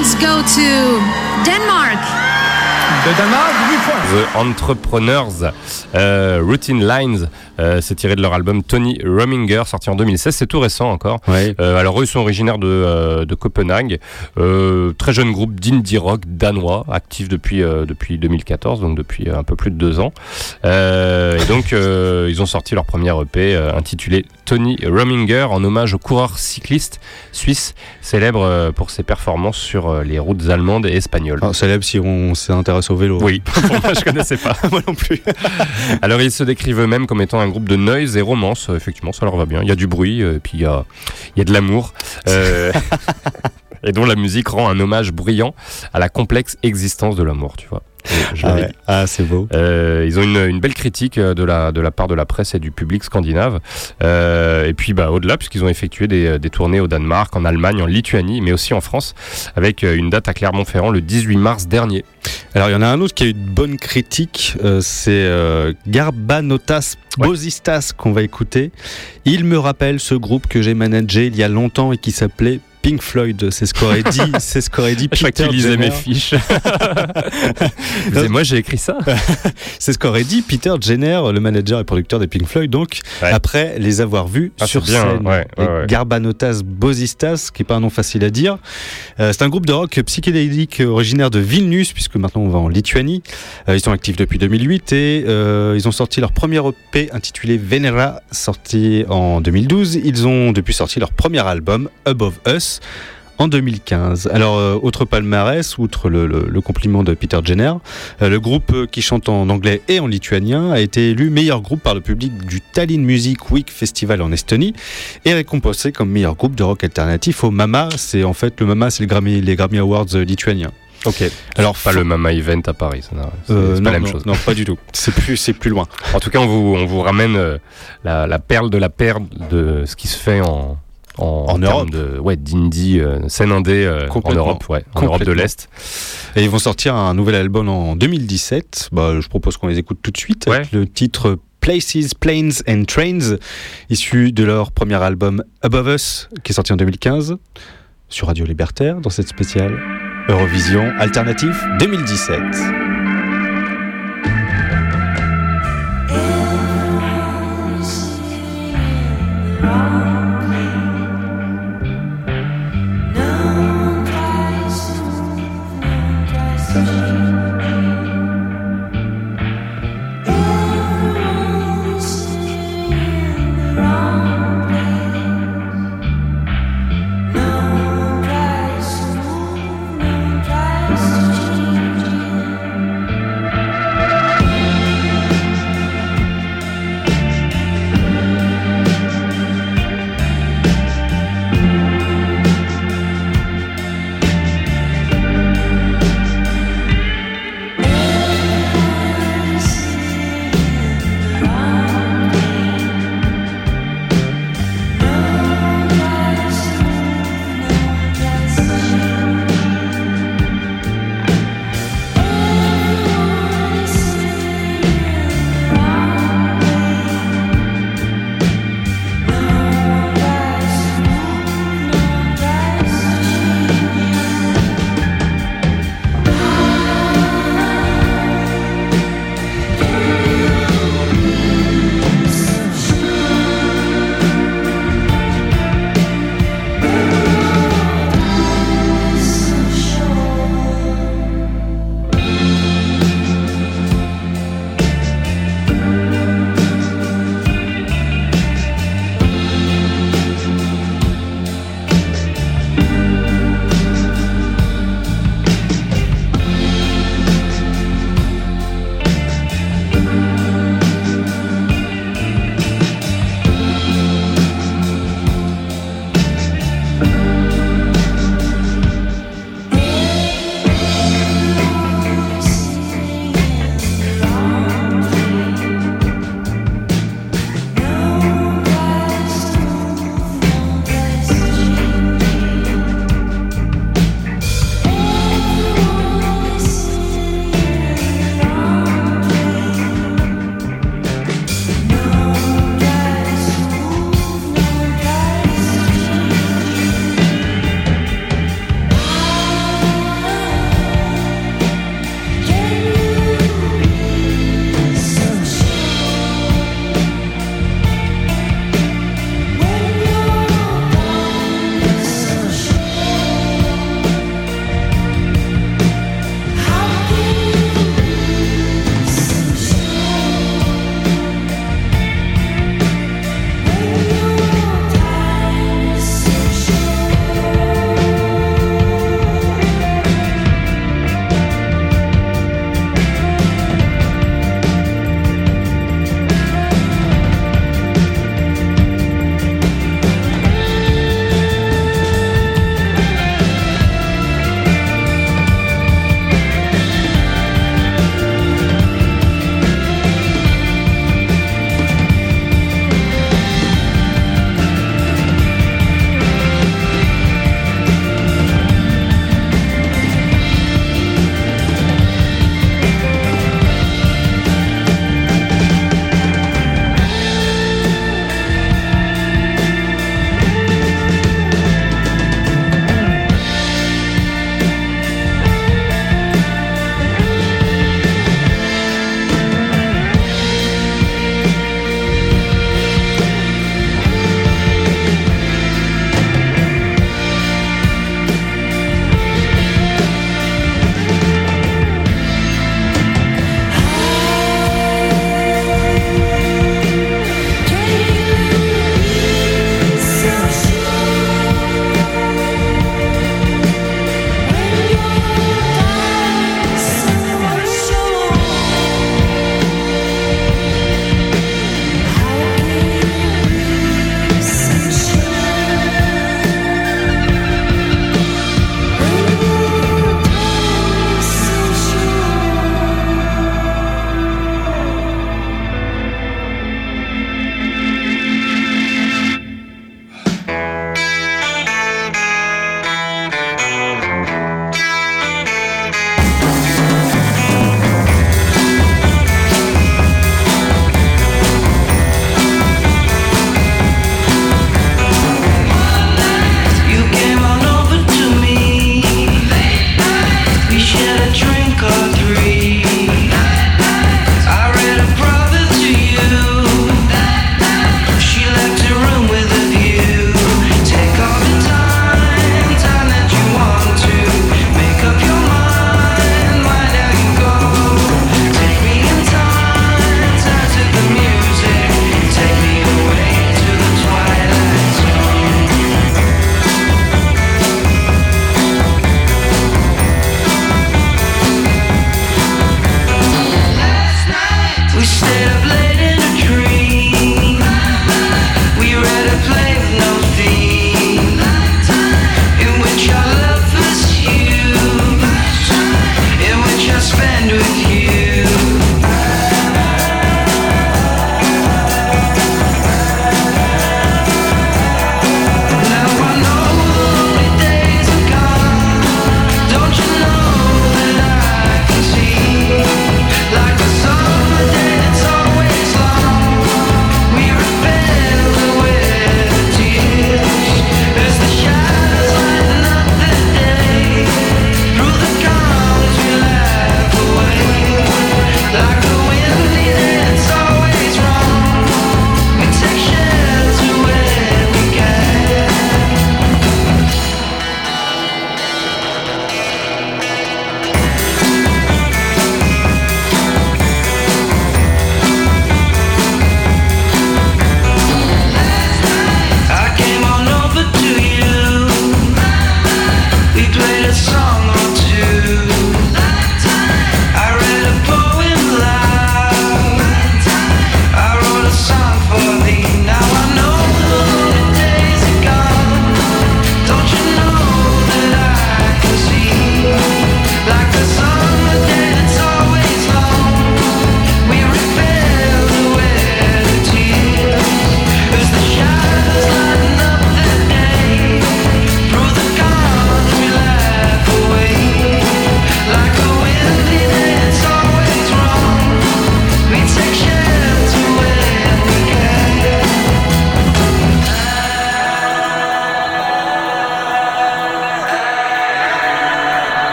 points go to Denmark. De Danemark, huit points. The Entrepreneurs, euh, Routine Lines, euh, c'est tiré de leur album Tony Rominger, sorti en deux mille seize, c'est tout récent encore. Ouais. Euh, alors eux, ils sont originaires de, euh, de Copenhague, euh, très jeune groupe d'indie rock danois, actif depuis, euh, depuis deux mille quatorze, donc depuis un peu plus de deux ans. Euh, et donc, euh, ils ont sorti leur premier E P euh, intitulé Tony Rominger, en hommage au coureur cycliste suisse, célèbre euh, pour ses performances sur euh, les routes allemandes et espagnoles. Alors, célèbre si on s'intéresse au vélo. Oui, pour moi je connaissais pas. Moi non plus. Alors ils se décrivent eux-mêmes comme étant un groupe de noise et romance. Euh, effectivement, ça leur va bien. Il y a du bruit, euh, et puis il y a, il y a de l'amour. Euh, et dont la musique rend un hommage bruyant à la complexe existence de l'amour, tu vois. Je ah, ouais. ah, c'est beau. Euh, ils ont une, une belle critique de la, de la part de la presse et du public scandinave. Euh, et puis bah, au-delà, puisqu'ils ont effectué des, des tournées au Danemark, en Allemagne, en Lituanie, mais aussi en France, avec une date à Clermont-Ferrand le dix-huit mars dernier. Alors il y en a un autre qui a eu une bonne critique, euh, c'est euh, Garbanotas Bosistas qu'on va écouter. Il me rappelle ce groupe que j'ai managé il y a longtemps et qui s'appelait Pink Floyd, c'est ce qu'aurait dit, c'est ce qu'aurait dit Peter. Je crois que tu lisais mes fiches. Mais moi, j'ai écrit ça. C'est ce qu'aurait dit Peter Jenner, le manager et producteur des Pink Floyd, donc ouais. après les avoir vus ah, sur bien, scène. Ouais, les ouais, ouais. Garbanotas Bosistas, qui est pas un nom facile à dire. Euh, c'est un groupe de rock psychédélique originaire de Vilnius, puisque maintenant on va en Lituanie. Euh, ils sont actifs depuis deux mille huit et euh, ils ont sorti leur premier E P intitulé Venera, sorti en deux mille douze. Ils ont depuis sorti leur premier album Above Us en deux mille quinze. Alors, euh, autre palmarès, outre le, le, le compliment de Peter Jenner, euh, le groupe euh, qui chante en anglais et en lituanien a été élu meilleur groupe par le public du Tallinn Music Week Festival en Estonie et récompensé comme meilleur groupe de rock alternatif au MAMA. C'est en fait le MAMA, c'est le Grammy, les Grammy Awards lituaniens. Ok. Alors pas f... le Mama Event à Paris, ça, c'est, euh, c'est non, pas la même non, chose. Non, pas du tout. C'est plus, c'est plus loin. En tout cas, on vous, on vous ramène euh, la, la perle de la perle de ce qui se fait en En, en, en Europe de, ouais, d'indie, euh, scène indé euh, en Europe, ouais, en Europe de l'Est. Et ils vont sortir un nouvel album en deux mille dix-sept. Bah, je propose qu'on les écoute tout de suite ouais. avec le titre Places, Planes and Trains, issu de leur premier album Above Us, qui est sorti en deux mille quinze sur Radio Libertaire, dans cette spéciale Eurovision Alternative deux mille dix-sept. No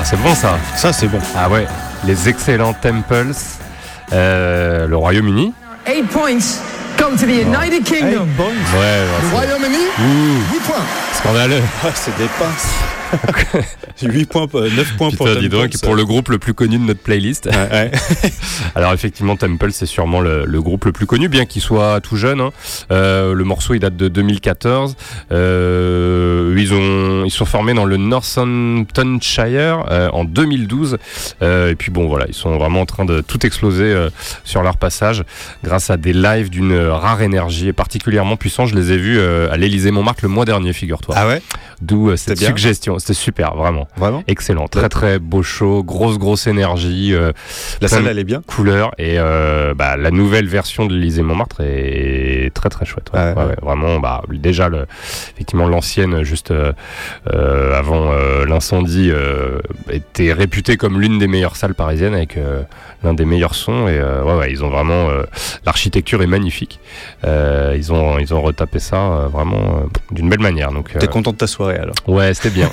c'est bon ça. Ça, c'est bon. Ah ouais, les excellents Temples, euh, le Royaume-Uni. Eight points go to the United Kingdom. Eight points. Ouais, ouais, Le Royaume-Uni, huit points. Scandaleux. Ah, c'est des pinces. huit points, neuf points Putain, pour dis donc, Temples. pour le groupe le plus connu de notre playlist. Ouais, ouais. Alors effectivement, Temple, c'est sûrement le, le groupe le plus connu, bien qu'il soit tout jeune. Hein. Euh, le morceau, il date de deux mille quatorze. Euh, ils ont, ils sont formés dans le Northamptonshire euh, en deux mille douze. Euh, et puis bon, voilà, ils sont vraiment en train de tout exploser euh, sur leur passage, grâce à des lives d'une rare énergie et particulièrement puissants. Je les ai vus euh, à l'Élysée-Montmartre le mois dernier, figure-toi. Ah ouais. D'où euh, cette C'était bien. suggestion. C'était super, vraiment. Vraiment. Excellent. Très très beau show, grosse grosse énergie. Euh, La plein salle, de elle est bien. couleurs et euh, bah, la nouvelle version de l'Élysée-Montmartre est très très chouette. Ouais. Ouais, Ouais, ouais. ouais, vraiment, bah, déjà le, effectivement l'ancienne juste euh, euh, avant euh, l'incendie euh, était réputée comme l'une des meilleures salles parisiennes avec euh, l'un des meilleurs sons et euh, ouais, ouais, ils ont vraiment euh, l'architecture est magnifique. Euh, ils ont ils ont retapé ça euh, vraiment euh, d'une belle manière. Donc T'es euh, content de ta soirée alors? Ouais, c'était bien.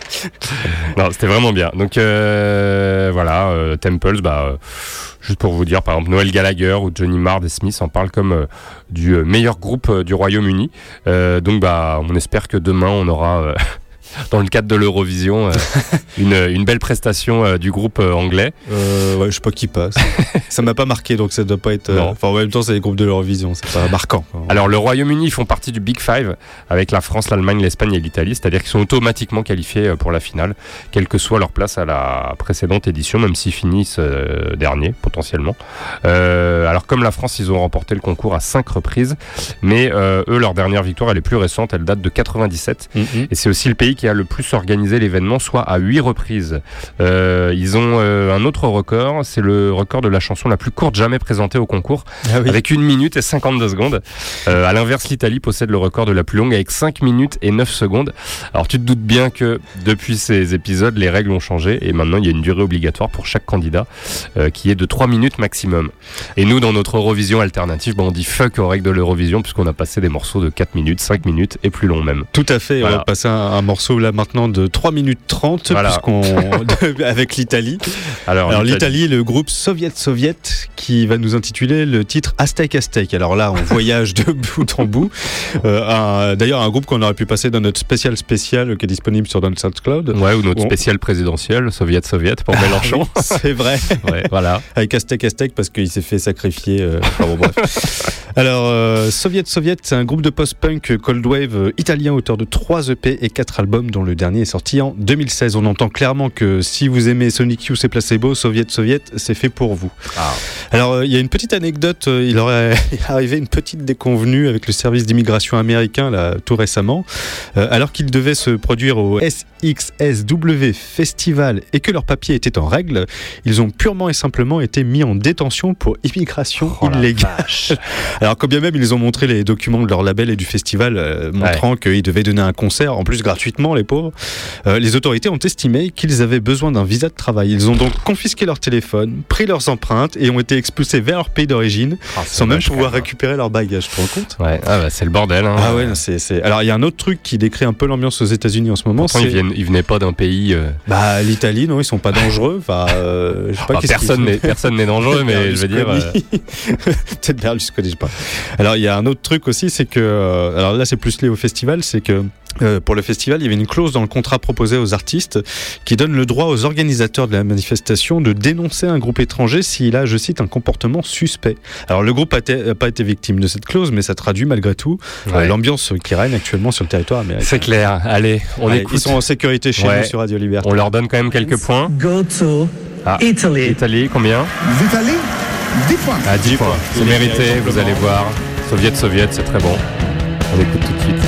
Non, c'était vraiment bien. Donc euh, voilà, euh, Temples, bah, euh, juste pour vous dire, par exemple, Noel Gallagher ou Johnny Marr des Smiths en parlent comme euh, du euh, meilleur groupe euh, du Royaume-Uni. Euh, donc bah, on espère que demain on aura, euh, dans le cadre de l'Eurovision, euh, une, une belle prestation euh, du groupe euh, anglais. Euh, ouais, je sais pas qui passe. Ça m'a pas marqué, donc ça doit pas être. euh, Non. Enfin, en même temps, c'est les groupes de l'Eurovision, c'est pas marquant. Quoi. Alors le Royaume-Uni, ils font partie du Big Five avec la France, l'Allemagne, l'Espagne et l'Italie, c'est-à-dire qu'ils sont automatiquement qualifiés euh, pour la finale, quelle que soit leur place à la précédente édition, même s'ils finissent euh, dernier potentiellement. Euh, alors comme la France, ils ont remporté le concours à cinq reprises, mais euh, eux, leur dernière victoire, elle est plus récente, elle date de quatre-vingt-dix-sept, Mm-hmm. et c'est aussi le pays qui a le plus organisé l'événement, soit à huit reprises. Euh, ils ont euh, un autre record, c'est le record de la chanson la plus courte jamais présentée au concours, Ah oui. avec une minute et cinquante-deux secondes. Euh, à l'inverse, l'Italie possède le record de la plus longue avec cinq minutes et neuf secondes. Alors tu te doutes bien que depuis ces épisodes, les règles ont changé et maintenant il y a une durée obligatoire pour chaque candidat euh, qui est de trois minutes maximum. Et nous, dans notre Eurovision alternative, bah, on dit fuck aux règles de l'Eurovision puisqu'on a passé des morceaux de quatre minutes, cinq minutes et plus long même. Tout à fait, Voilà. on va passer un, un morceau là maintenant de trois minutes trente, Voilà. puisqu'on avec l'Italie. Alors, Alors l'Italie, le groupe Soviet Soviet qui va nous intituler le titre Aztec Aztec. Alors là, on voyage de bout en bout. Euh, un- D'ailleurs, un groupe qu'on aurait pu passer dans notre spécial spécial qui est disponible sur Down SoundCloud. Ouais, ou notre Bon. spécial présidentiel, Soviet-Soviet pour Mélenchon. C'est vrai. Ouais, voilà. Avec Aztec Aztec parce qu'il s'est fait sacrifier. euh, Enfin bon, bref. Alors, euh, Soviet Soviet, c'est un groupe de post-punk cold wave euh, italien, auteur de trois E P et quatre albums, dont le dernier est sorti en deux mille seize. On entend clairement que si vous aimez Sonic Youth et Placebo, Soviet Soviet, c'est fait pour vous. Ah. Alors, euh, il y a une petite anecdote. euh, il aurait arrivé une petite déconvenue avec le service d'immigration américain là, tout récemment, euh, alors qu'ils devaient se produire au S X S W Festival et que leurs papiers étaient en règle. Ils ont purement et simplement été mis en détention pour immigration Oh la illégale. Alors, quand bien même ils ont montré les documents de leur label et du festival, euh, montrant qu'ils devaient donner un concert, en plus gratuitement, les pauvres, euh, les autorités ont estimé qu'ils avaient besoin d'un visa de travail. Ils ont donc confisqué leur téléphone, pris leurs empreintes et ont été expulsés vers leur pays d'origine, Ah, c'est sans même vache, pouvoir quand même. récupérer leur bagage. Tu te rends compte ? Ouais, ah bah, c'est le bordel. Hein. Ah ouais, non, c'est, c'est... Alors, il y a un autre truc qui décrit un peu l'ambiance aux États-Unis en ce moment. Pourtant, c'est... ils, viennent, ils venaient pas d'un pays. Euh... Bah, l'Italie, non, ils sont pas dangereux. Enfin, euh, je sais pas Ah, qu'est-ce personne, qu'ils n'est, personne n'est dangereux, mais je veux dire. Euh... Peut-être Berlusconi, je sais pas. Alors, il y a un autre truc aussi, c'est que. euh, Alors là, c'est plus lié au festival, c'est que. Euh, pour le festival, il y avait une clause dans le contrat proposé aux artistes qui donne le droit aux organisateurs de la manifestation de dénoncer un groupe étranger s'il a, je cite, un comportement suspect. Alors le groupe n'a pas été victime de cette clause, mais ça traduit malgré tout Ouais. euh, l'ambiance qui règne actuellement sur le territoire américain. C'est clair. Allez, on Allez, écoute. Ils sont en sécurité chez Ouais. nous sur Radio Liberté. On leur donne quand même quelques points. Go to Ah, Italy. Italie, combien? L'Italie, dix points. Ah, dix points. C'est Il est mérité, mérité, vous allez voir. Soviet, Soviet, c'est très bon. On écoute tout de suite.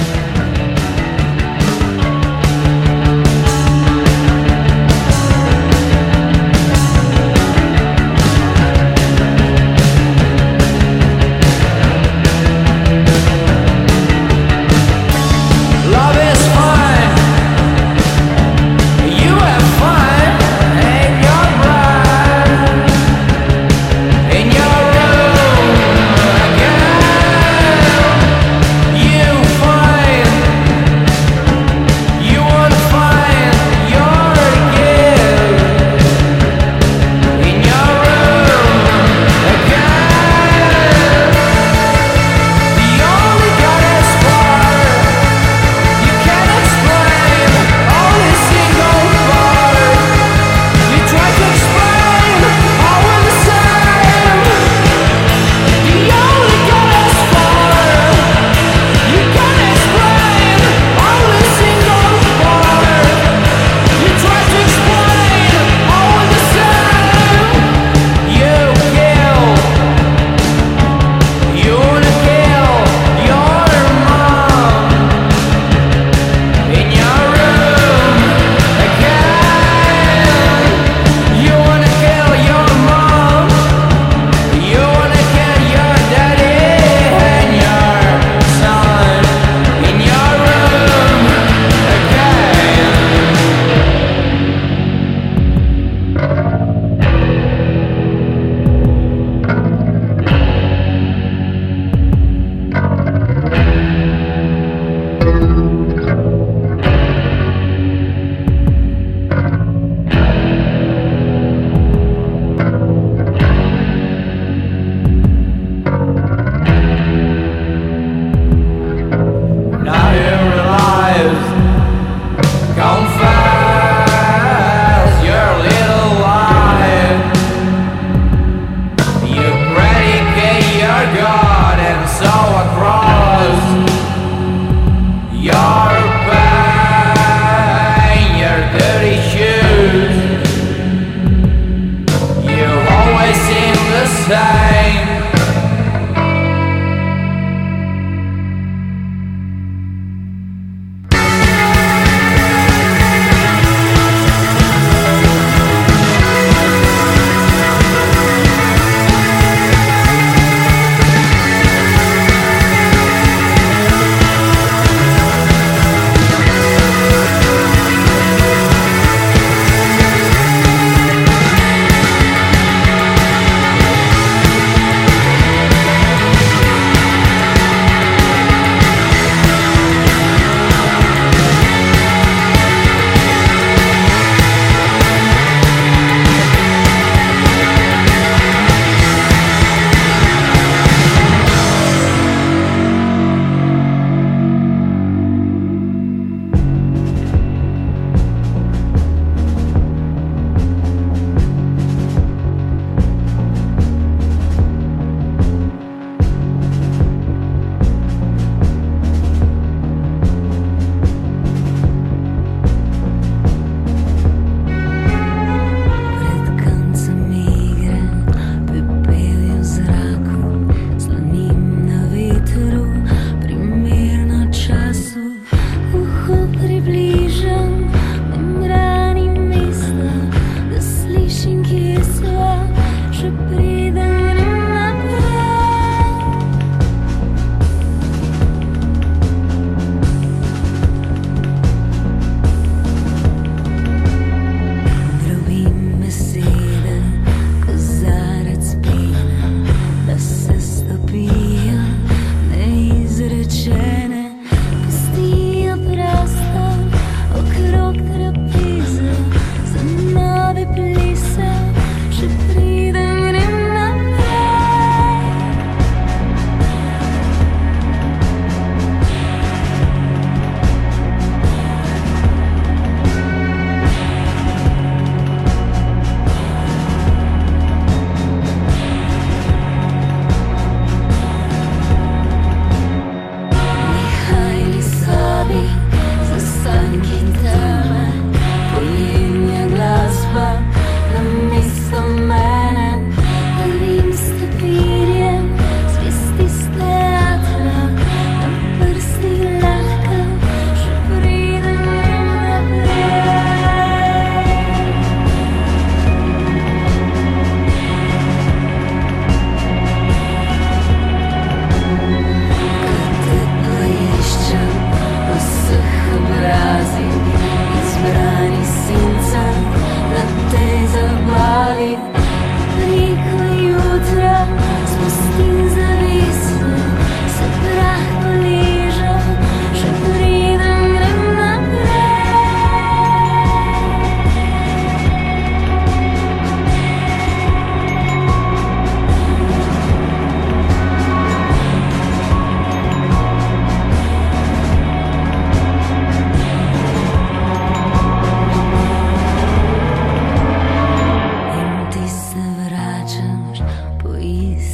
Love is fine. You have fun in your bride, in your room again. You find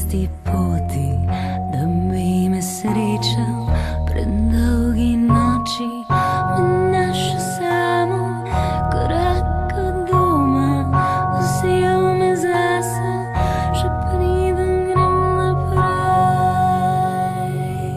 sti puti da mi meseriča pred dolgi noči mi našo samo korak od doma vzijel me zase že pridem grem naprej.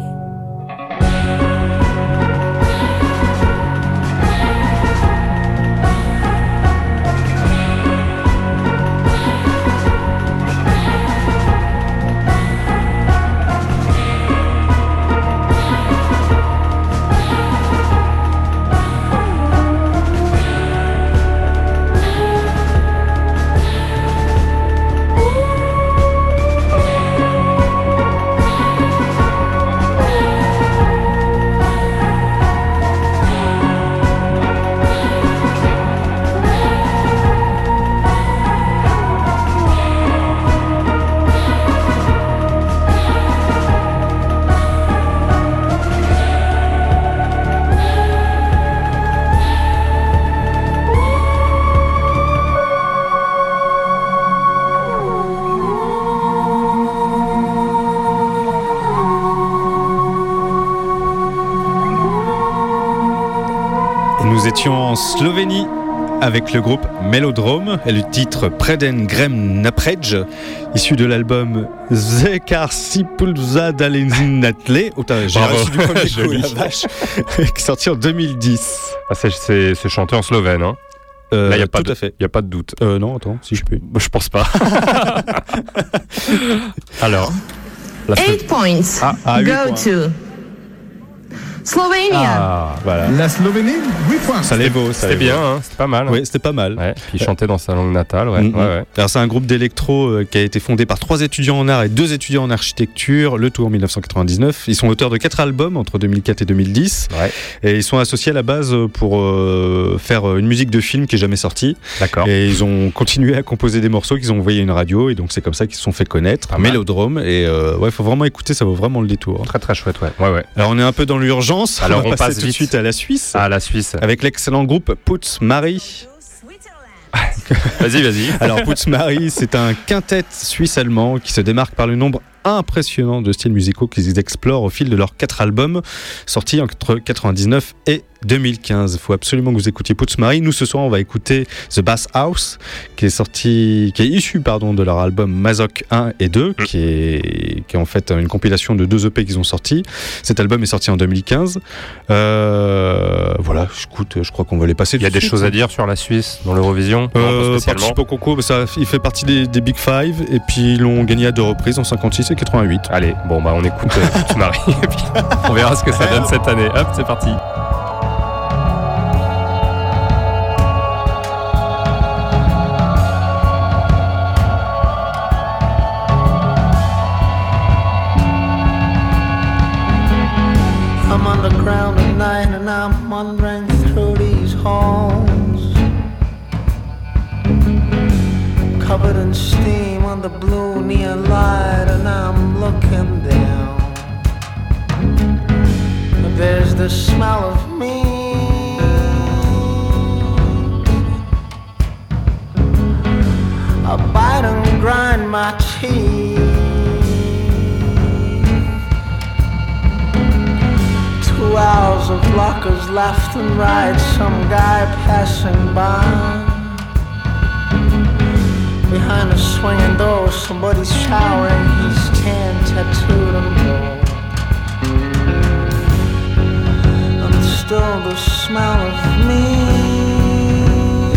Nous étions en Slovénie avec le groupe Melodrome et le titre Preden Grem Naprej, issu de l'album Zekar Sipulza Dalenznatle. Oh, j'ai reçu du premier coup, la vache, qui est sorti en deux mille dix. Ah, c'est, c'est, c'est chanté en slovène, hein. Euh, Là, il n'y a, tout de, à fait. y a pas de doute. Euh, non, attends, si je peux. Je pense pas. Alors. La Eight points. Ah, ah, Go points. to Slovenia. Ah, voilà. La Slovénie, huit points. Ça les vaut, ça C'était les bien, vaut. hein, c'était pas mal. Hein. Oui, c'était pas mal. Ouais, puis il chantait dans sa langue natale. Ouais, Mm-hmm. ouais, ouais. Alors, c'est un groupe d'électro euh, qui a été fondé par trois étudiants en art et deux étudiants en architecture, le tout en dix-neuf cent quatre-vingt-dix-neuf. Ils sont auteurs de quatre albums entre deux mille quatre et deux mille dix. Ouais. Et ils sont associés à la base pour euh, faire une musique de film qui est jamais sortie. D'accord. Et ils ont continué à composer des morceaux qu'ils ont envoyés à une radio. Et donc, c'est comme ça qu'ils se sont fait connaître. Pas mal. Mélodrome. Et euh, ouais, faut vraiment écouter, ça vaut vraiment le détour. Très très chouette, ouais. ouais, ouais. Alors, on est un peu dans l'urgence. Alors, on va on passer passe tout de vite. suite à la Suisse. Ah, la Suisse. Avec l'excellent groupe Puts Mari. Vas-y, vas-y. Alors, Puts Mari, c'est un quintet suisse-allemand qui se démarque par le nombre impressionnant de styles musicaux qu'ils explorent au fil de leurs quatre albums sortis entre quatre-vingt-dix-neuf et deux mille quinze. Il faut absolument que vous écoutiez Puts Mari. Nous, ce soir, on va écouter The Bass House, qui est sorti, qui est issu, pardon, de leur album Mazok un et deux, mmh. qui est, qui est en fait une compilation de deux E P qu'ils ont sortis. Cet album est sorti en deux mille quinze. Euh, voilà, écoute, je crois qu'on va les passer. Il y a des suite. choses à dire sur la Suisse dans l'Eurovision. Euh, non, pas participe au concours, ça, il fait partie des, des Big Five, et puis ils l'ont gagné à deux reprises, en cinquante-six et quatre-vingt-huit. Allez, bon bah on écoute euh, Puts Mari et puis on verra ce que ça donne cette année. Hop, c'est parti. I'm underground at night and I'm wandering through these halls, covered in steam on the blue neon light, and I'm looking down. There's the smell of me, I bite and grind my teeth. Two hours of lockers left and right, some guy passing by. Behind a swinging door, somebody's showering, he's tan, tattooed and bald. And still the smell of meat,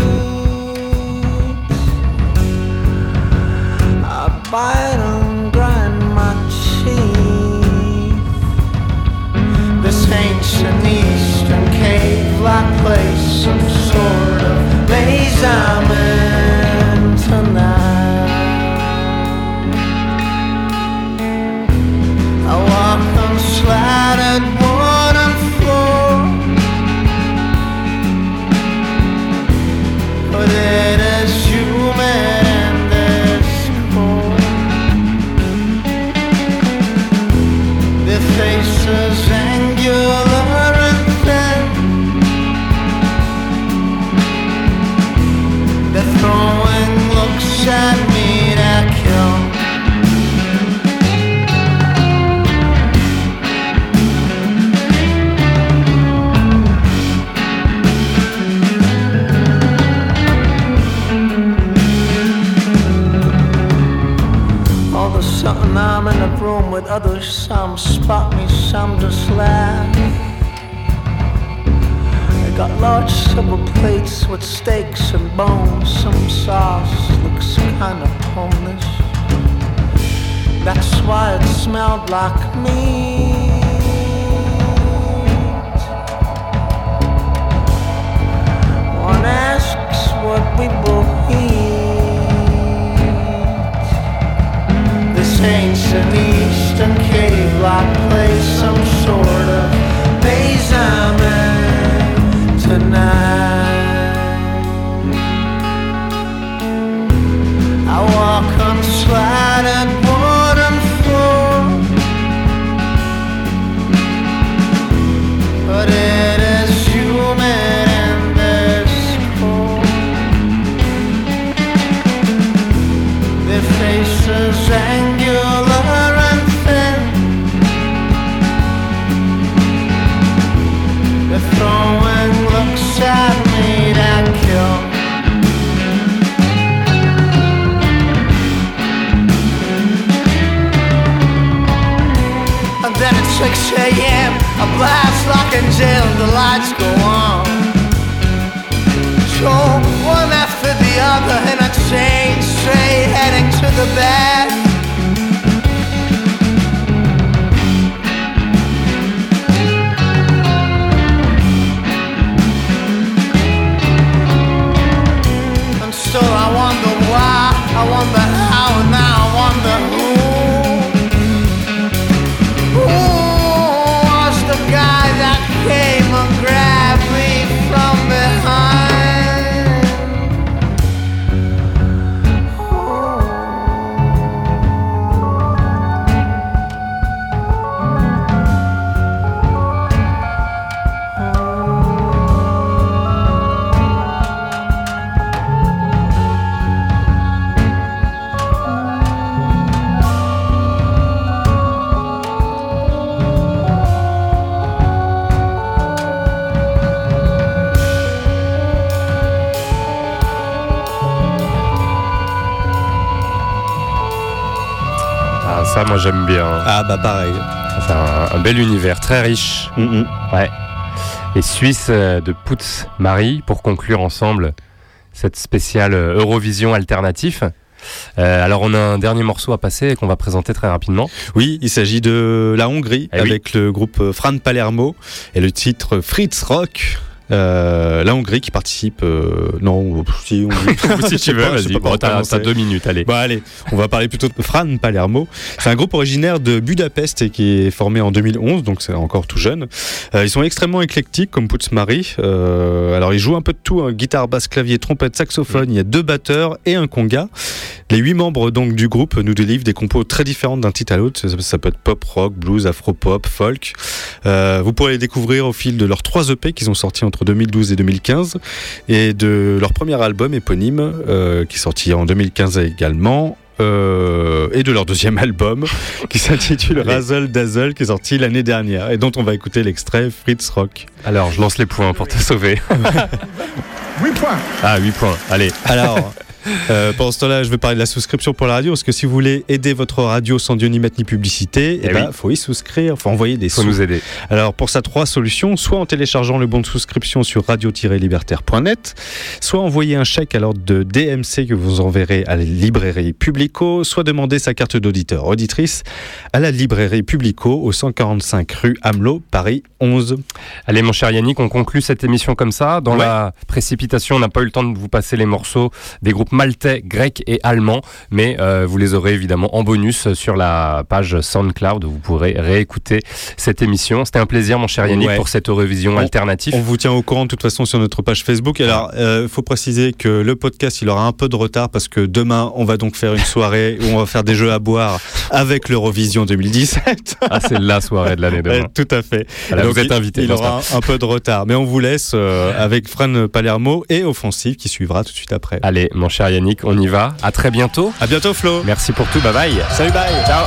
I bite and grind my teeth. This ancient eastern cave-like place, some sort of maze I'm in tonight. I walk on slatted wooden floor, in a room with others, some spot me, some just laugh. I got large silver plates with steaks and bones. Some sauce looks kinda homeless. That's why it smelled like meat. One asks what we will eat. This ain't an eastern cave-like place, some sort of maze I'm in tonight. I walk on sliding wooden floor, but it is humid in this cold. Their faces angular and thin, they're throwing looks at me that kill. And then at six a.m. a blast lock in jail and the lights go on. So one after the other in a chain straight heading to the bed. And still I wonder why, I wonder how, and now I wonder who. Who was the guy that came and grabbed me from behind? Ça, moi, j'aime bien. Ah, bah pareil. C'est un, un bel univers, très riche. Mm-hmm. Ouais. Et Suisse de Putz Marie, pour conclure ensemble cette spéciale Eurovision alternatif. Euh, alors, on a un dernier morceau à passer qu'on va présenter très rapidement. Oui, il s'agit de la Hongrie, eh avec oui. le groupe Fran Palermo et le titre Fritz Rock. Euh, la Hongrie qui participe euh, non si, on... si tu veux pas, vas-y bon, t'as, t'as deux minutes allez bon allez on va parler plutôt de Fran Palermo. C'est un groupe originaire de Budapest et qui est formé en deux mille onze, donc c'est encore tout jeune. Euh, ils sont extrêmement éclectiques comme Putz Marie. Euh, alors ils jouent un peu de tout, hein, guitare, basse, clavier, trompette, saxophone. Il y a deux batteurs et un conga. Les huit membres donc du groupe nous délivrent des compos très différentes d'un titre à l'autre. Ça, ça peut être pop, rock, blues, afro-pop, folk. Euh, vous pourrez les découvrir au fil de leurs trois E P qu'ils ont sortis entre deux mille douze et deux mille quinze et de leur premier album éponyme euh, qui est sorti en deux mille quinze également. Euh, et de leur deuxième album qui s'intitule Razzle Dazzle qui est sorti l'année dernière et dont on va écouter l'extrait Fritz Rock. Alors je lance les points pour te sauver. huit points. Ah huit points, allez. Alors Euh, pendant ce temps-là, je vais parler de la souscription pour la radio, parce que si vous voulez aider votre radio sans Dieu ni maître ni publicité, eh, eh ben, oui. faut y souscrire, faut envoyer des faut sous. nous aider. Alors pour ça, trois solutions, soit en téléchargeant le bon de souscription sur radio tiret libertaire point net, soit envoyer un chèque à l'ordre de D M C que vous enverrez à la librairie Publico, soit demander sa carte d'auditeur auditrice à la librairie Publico au cent quarante-cinq rue Amelot, Paris onze. Allez mon cher Yannick, on conclut cette émission comme ça. Dans ouais. la précipitation, on n'a pas eu le temps de vous passer les morceaux des groupes maltais, grecs et allemands, mais euh, vous les aurez évidemment en bonus sur la page SoundCloud où vous pourrez réécouter cette émission. C'était un plaisir mon cher Yannick ouais. pour cette Eurovision on, alternative. On vous tient au courant de toute façon sur notre page Facebook. Alors il euh, faut préciser que le podcast il aura un peu de retard parce que demain on va donc faire une soirée où on va faire des jeux à boire avec l'Eurovision deux mille dix-sept. Ah c'est la soirée de l'année demain. Ouais, tout à fait. Alors, donc, vous êtes invité. Il, il aura un, un peu de retard, mais on vous laisse euh, avec Fran Palermo et Offensive qui suivra tout de suite après. Allez mon cher Yannick, on y va. À très bientôt. À bientôt Flo. Merci pour tout. Bye bye. Salut bye. Ciao.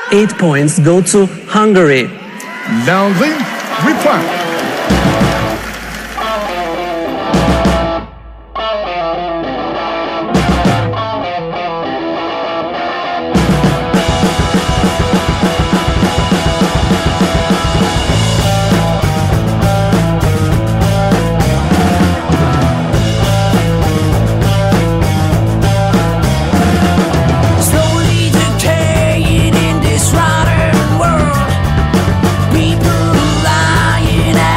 eight points go to Hungary. La Hongrie, huit points. Lying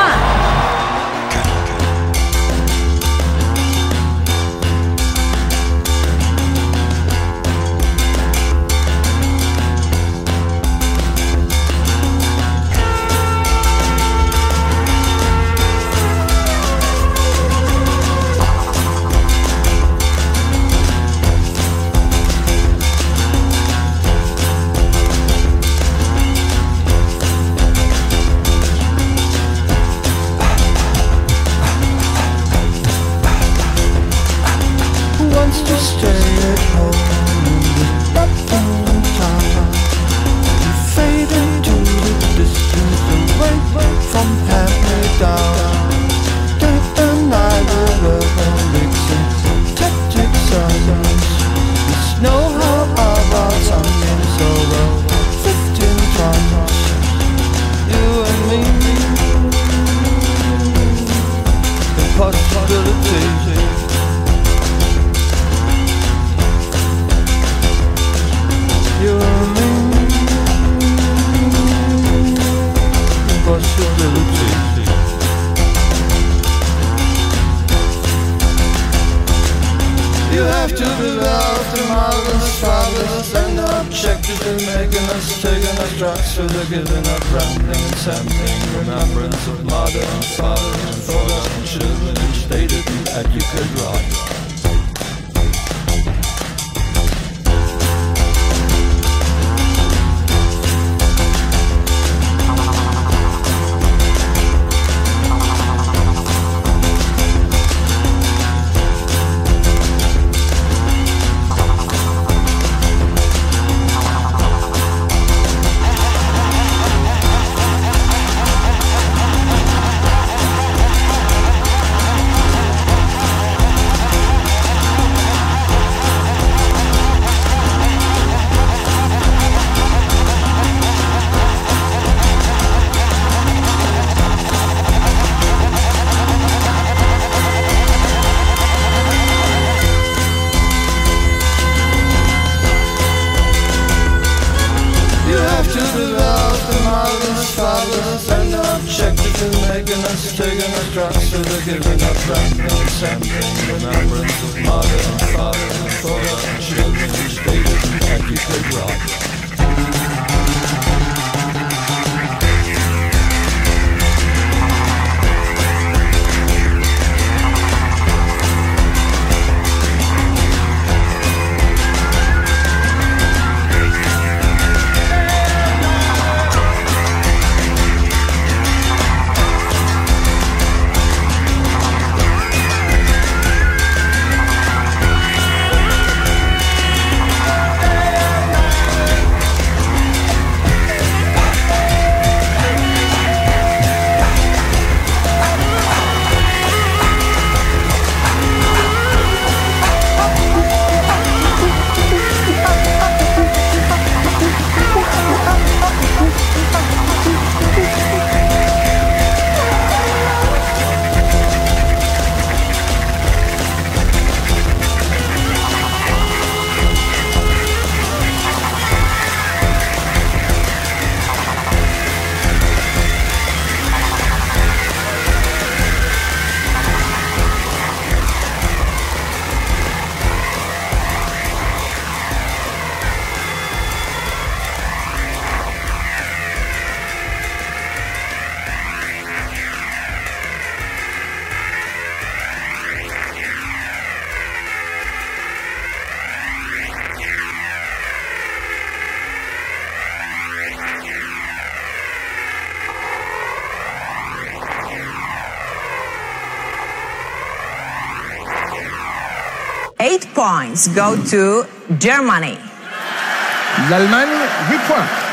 points. Eight points go to Germany. L'Allemagne, huit points.